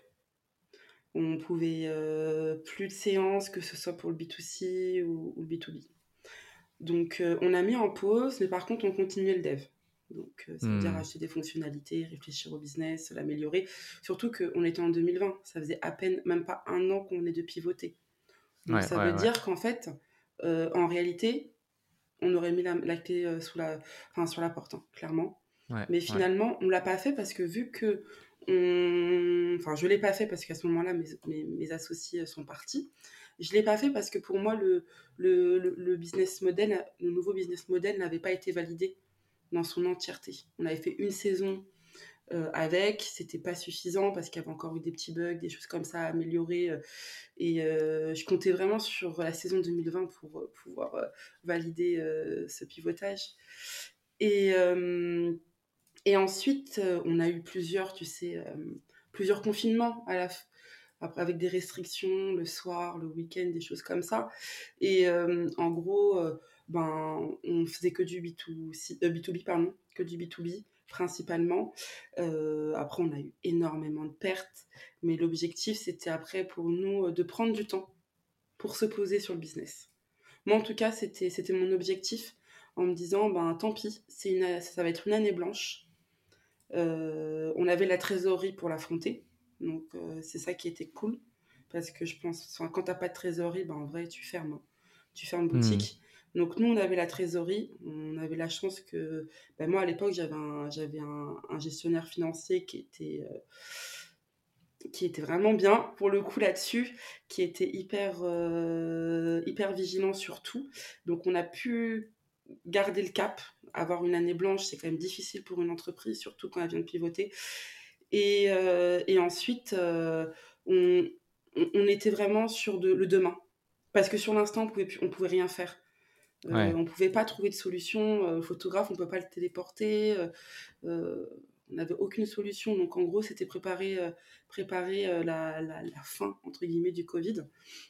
On pouvait euh, plus de séances, que ce soit pour le B deux C ou, ou le B deux B. Donc, euh, on a mis en pause, mais par contre, on continuait le dev. Donc, euh, ça veut dire Hmm. acheter des fonctionnalités, réfléchir au business, l'améliorer. Surtout qu'on était en deux mille vingt, ça faisait à peine, même pas un an qu'on venait de pivoter. Donc, Ouais, ça ouais, veut ouais. dire qu'en fait, euh, en réalité, on aurait mis la, la clé euh, sous la, enfin, sur la porte, hein, clairement. Ouais, Mais ouais. finalement, on ne l'a pas fait parce que vu que. On... Enfin, je ne l'ai pas fait parce qu'à ce moment-là, mes, mes, mes associés sont partis. Je ne l'ai pas fait parce que pour moi, le, le, le, le business model, le nouveau business model n'avait pas été validé dans son entièreté. On avait fait une saison euh, avec, c'était pas suffisant parce qu'il y avait encore eu des petits bugs, des choses comme ça à améliorer. Euh, et euh, je comptais vraiment sur la saison deux mille vingt pour euh, pouvoir euh, valider euh, ce pivotage. Et, euh, et ensuite, euh, on a eu plusieurs, tu sais, euh, plusieurs confinements à la f- après, avec des restrictions le soir, le week-end, des choses comme ça. Et euh, en gros, euh, ben, on faisait que du B deux C, euh, B deux B, pardon, que du B deux B principalement. Euh, après, on a eu énormément de pertes, mais l'objectif, c'était après pour nous euh, de prendre du temps pour se poser sur le business. Moi, en tout cas, c'était, c'était mon objectif en me disant, ben tant pis, c'est une, ça va être une année blanche. Euh, on avait la trésorerie pour l'affronter. Donc, euh, c'est ça qui était cool. Parce que je pense, enfin, quand t'as pas de trésorerie, ben, en vrai, tu fermes. Hein. Tu fermes Hmm. boutique. Donc, nous, on avait la trésorerie. On avait la chance que. Ben, moi, à l'époque, j'avais un, j'avais un, un gestionnaire financier qui était. Euh, qui était vraiment bien pour le coup là-dessus, qui était hyper, euh, hyper vigilant sur tout. Donc on a pu garder le cap. Avoir une année blanche, c'est quand même difficile pour une entreprise, surtout quand elle vient de pivoter. Et, euh, et ensuite, euh, on, on, on était vraiment sur de, le demain. Parce que sur l'instant, on pouvait, on pouvait rien faire. Euh, Ouais. on pouvait pas trouver de solution. Euh, photographe, on peut pas le téléporter. Euh, euh, on n'avait aucune solution. Donc en gros, c'était préparer, euh, préparer euh, la, la, la fin, entre guillemets, du Covid.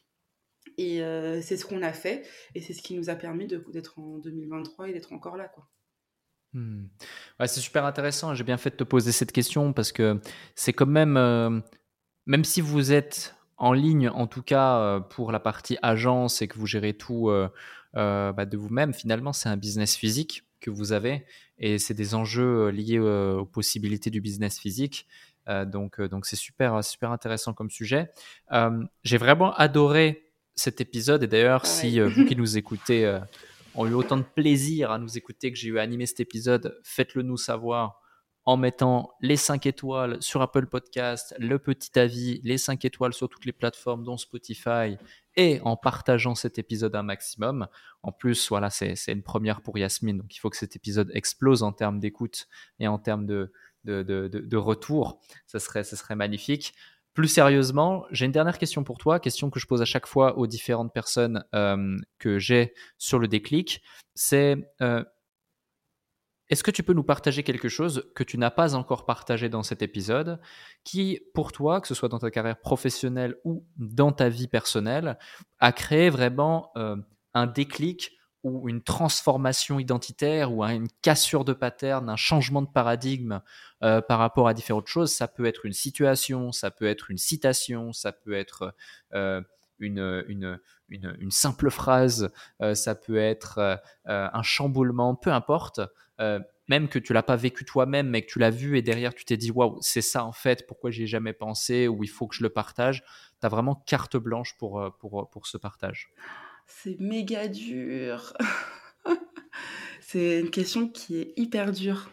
Et euh, c'est ce qu'on a fait. Et c'est ce qui nous a permis de, d'être en deux mille vingt-trois et d'être encore là. Quoi. Hmm. Ouais, c'est super intéressant. J'ai bien fait de te poser cette question parce que c'est quand même, euh, même si vous êtes en ligne, en tout cas euh, pour la partie agence et que vous gérez tout euh, euh, bah, de vous-même, finalement, c'est un business physique que vous avez et c'est des enjeux euh, liés euh, aux possibilités du business physique. Euh, donc, euh, donc c'est super, super intéressant comme sujet. Euh, j'ai vraiment adoré cet épisode et d'ailleurs, Pareil. si euh, vous qui nous écoutez euh, ont eu autant de plaisir à nous écouter que j'ai eu à animer cet épisode, faites-le nous savoir en mettant les cinq étoiles sur Apple Podcast, le petit avis, les cinq étoiles sur toutes les plateformes dont Spotify et en partageant cet épisode un maximum. En plus, voilà, c'est, c'est une première pour Yasmine, donc il faut que cet épisode explose en termes d'écoute et en termes de, de, de, de, de retour. Ça serait, ça serait magnifique. Plus sérieusement, j'ai une dernière question pour toi, question que je pose à chaque fois aux différentes personnes euh, que j'ai sur le déclic. C'est euh, est-ce que tu peux nous partager quelque chose que tu n'as pas encore partagé dans cet épisode, qui, pour toi, que ce soit dans ta carrière professionnelle ou dans ta vie personnelle, a créé vraiment euh, un déclic ou une transformation identitaire ou un- une cassure de pattern, un changement de paradigme euh, par rapport à différentes choses? Ça peut être une situation, ça peut être une citation, ça peut être euh, une, une, une, une simple phrase, euh, ça peut être euh, euh, un chamboulement, peu importe. Euh, même que tu l'as pas vécu toi-même, mais que tu l'as vu et derrière tu t'es dit waouh, c'est ça en fait, pourquoi j'y ai jamais pensé, ou il faut que je le partage. Tu as vraiment carte blanche pour, euh, pour, pour ce partage. C'est méga dur. C'est une question qui est hyper dure.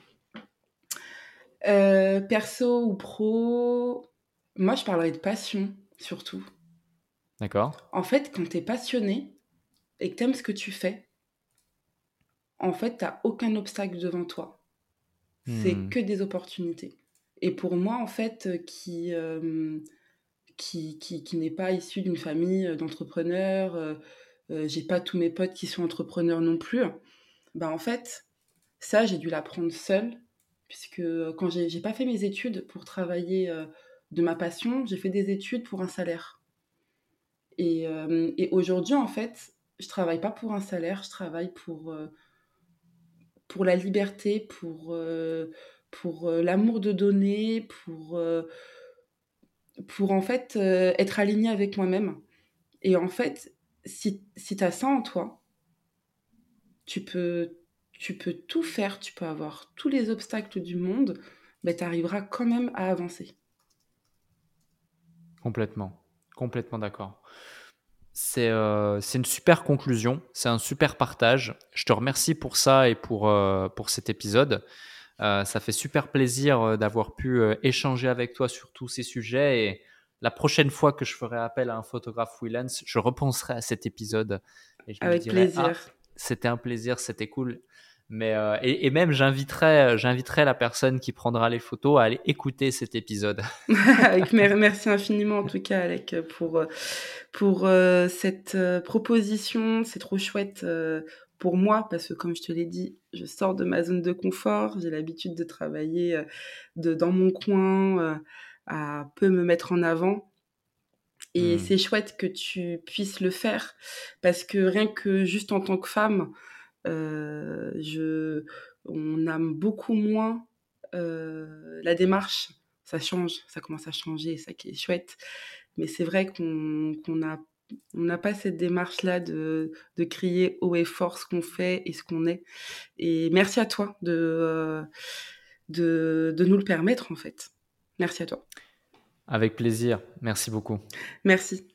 Euh, perso ou pro, moi je parlerais de passion surtout. D'accord? En fait, quand tu es passionné et que tu aimes ce que tu fais, en fait, tu n'as aucun obstacle devant toi. C'est Hmm. que des opportunités. Et pour moi, en fait, euh, qui, euh, qui, qui, qui n'est pas issu d'une famille euh, d'entrepreneurs, euh, euh, j'ai pas tous mes potes qui sont entrepreneurs non plus, ben en fait, ça, j'ai dû l'apprendre seule, puisque euh, quand j'ai, j'ai pas fait mes études pour travailler euh, de ma passion, j'ai fait des études pour un salaire. Et, euh, et aujourd'hui, en fait, je travaille pas pour un salaire, je travaille pour, euh, pour la liberté, pour, euh, pour euh, l'amour de donner, pour, euh, pour en fait euh, être aligné avec moi-même. Et en fait, si, si tu as ça en toi, tu peux, tu peux tout faire, tu peux avoir tous les obstacles du monde, mais tu arriveras quand même à avancer. Complètement. Complètement d'accord. C'est euh, c'est une super conclusion, c'est un super partage. Je te remercie pour ça et pour, euh, pour cet épisode. Euh, ça fait super plaisir euh, d'avoir pu euh, échanger avec toi sur tous ces sujets. Et la prochaine fois que je ferai appel à un photographe freelance, je repenserai à cet épisode et je me Avec dirai, ah, plaisir. c'était un plaisir, c'était cool. Mais euh, et, et même j'inviterai, j'inviterai la personne qui prendra les photos à aller écouter cet épisode. Avec, merci infiniment en tout cas, Alec, pour, euh, pour euh, cette euh, proposition. C'est trop chouette euh, pour moi parce que, comme je te l'ai dit, je sors de ma zone de confort. J'ai l'habitude de travailler euh, de, dans mon coin, euh, à peu me mettre en avant. Et Hmm, c'est chouette que tu puisses le faire parce que rien que juste en tant que femme, euh, je, on aime beaucoup moins euh, la démarche. Ça change, ça commence à changer, ça qui est chouette. Mais c'est vrai qu'on qu'on a on n'a pas cette démarche-là de, de crier haut et fort ce qu'on fait et ce qu'on est. Et merci à toi de, euh, de, de nous le permettre, en fait. Merci à toi. avec plaisir. Merci beaucoup. Merci.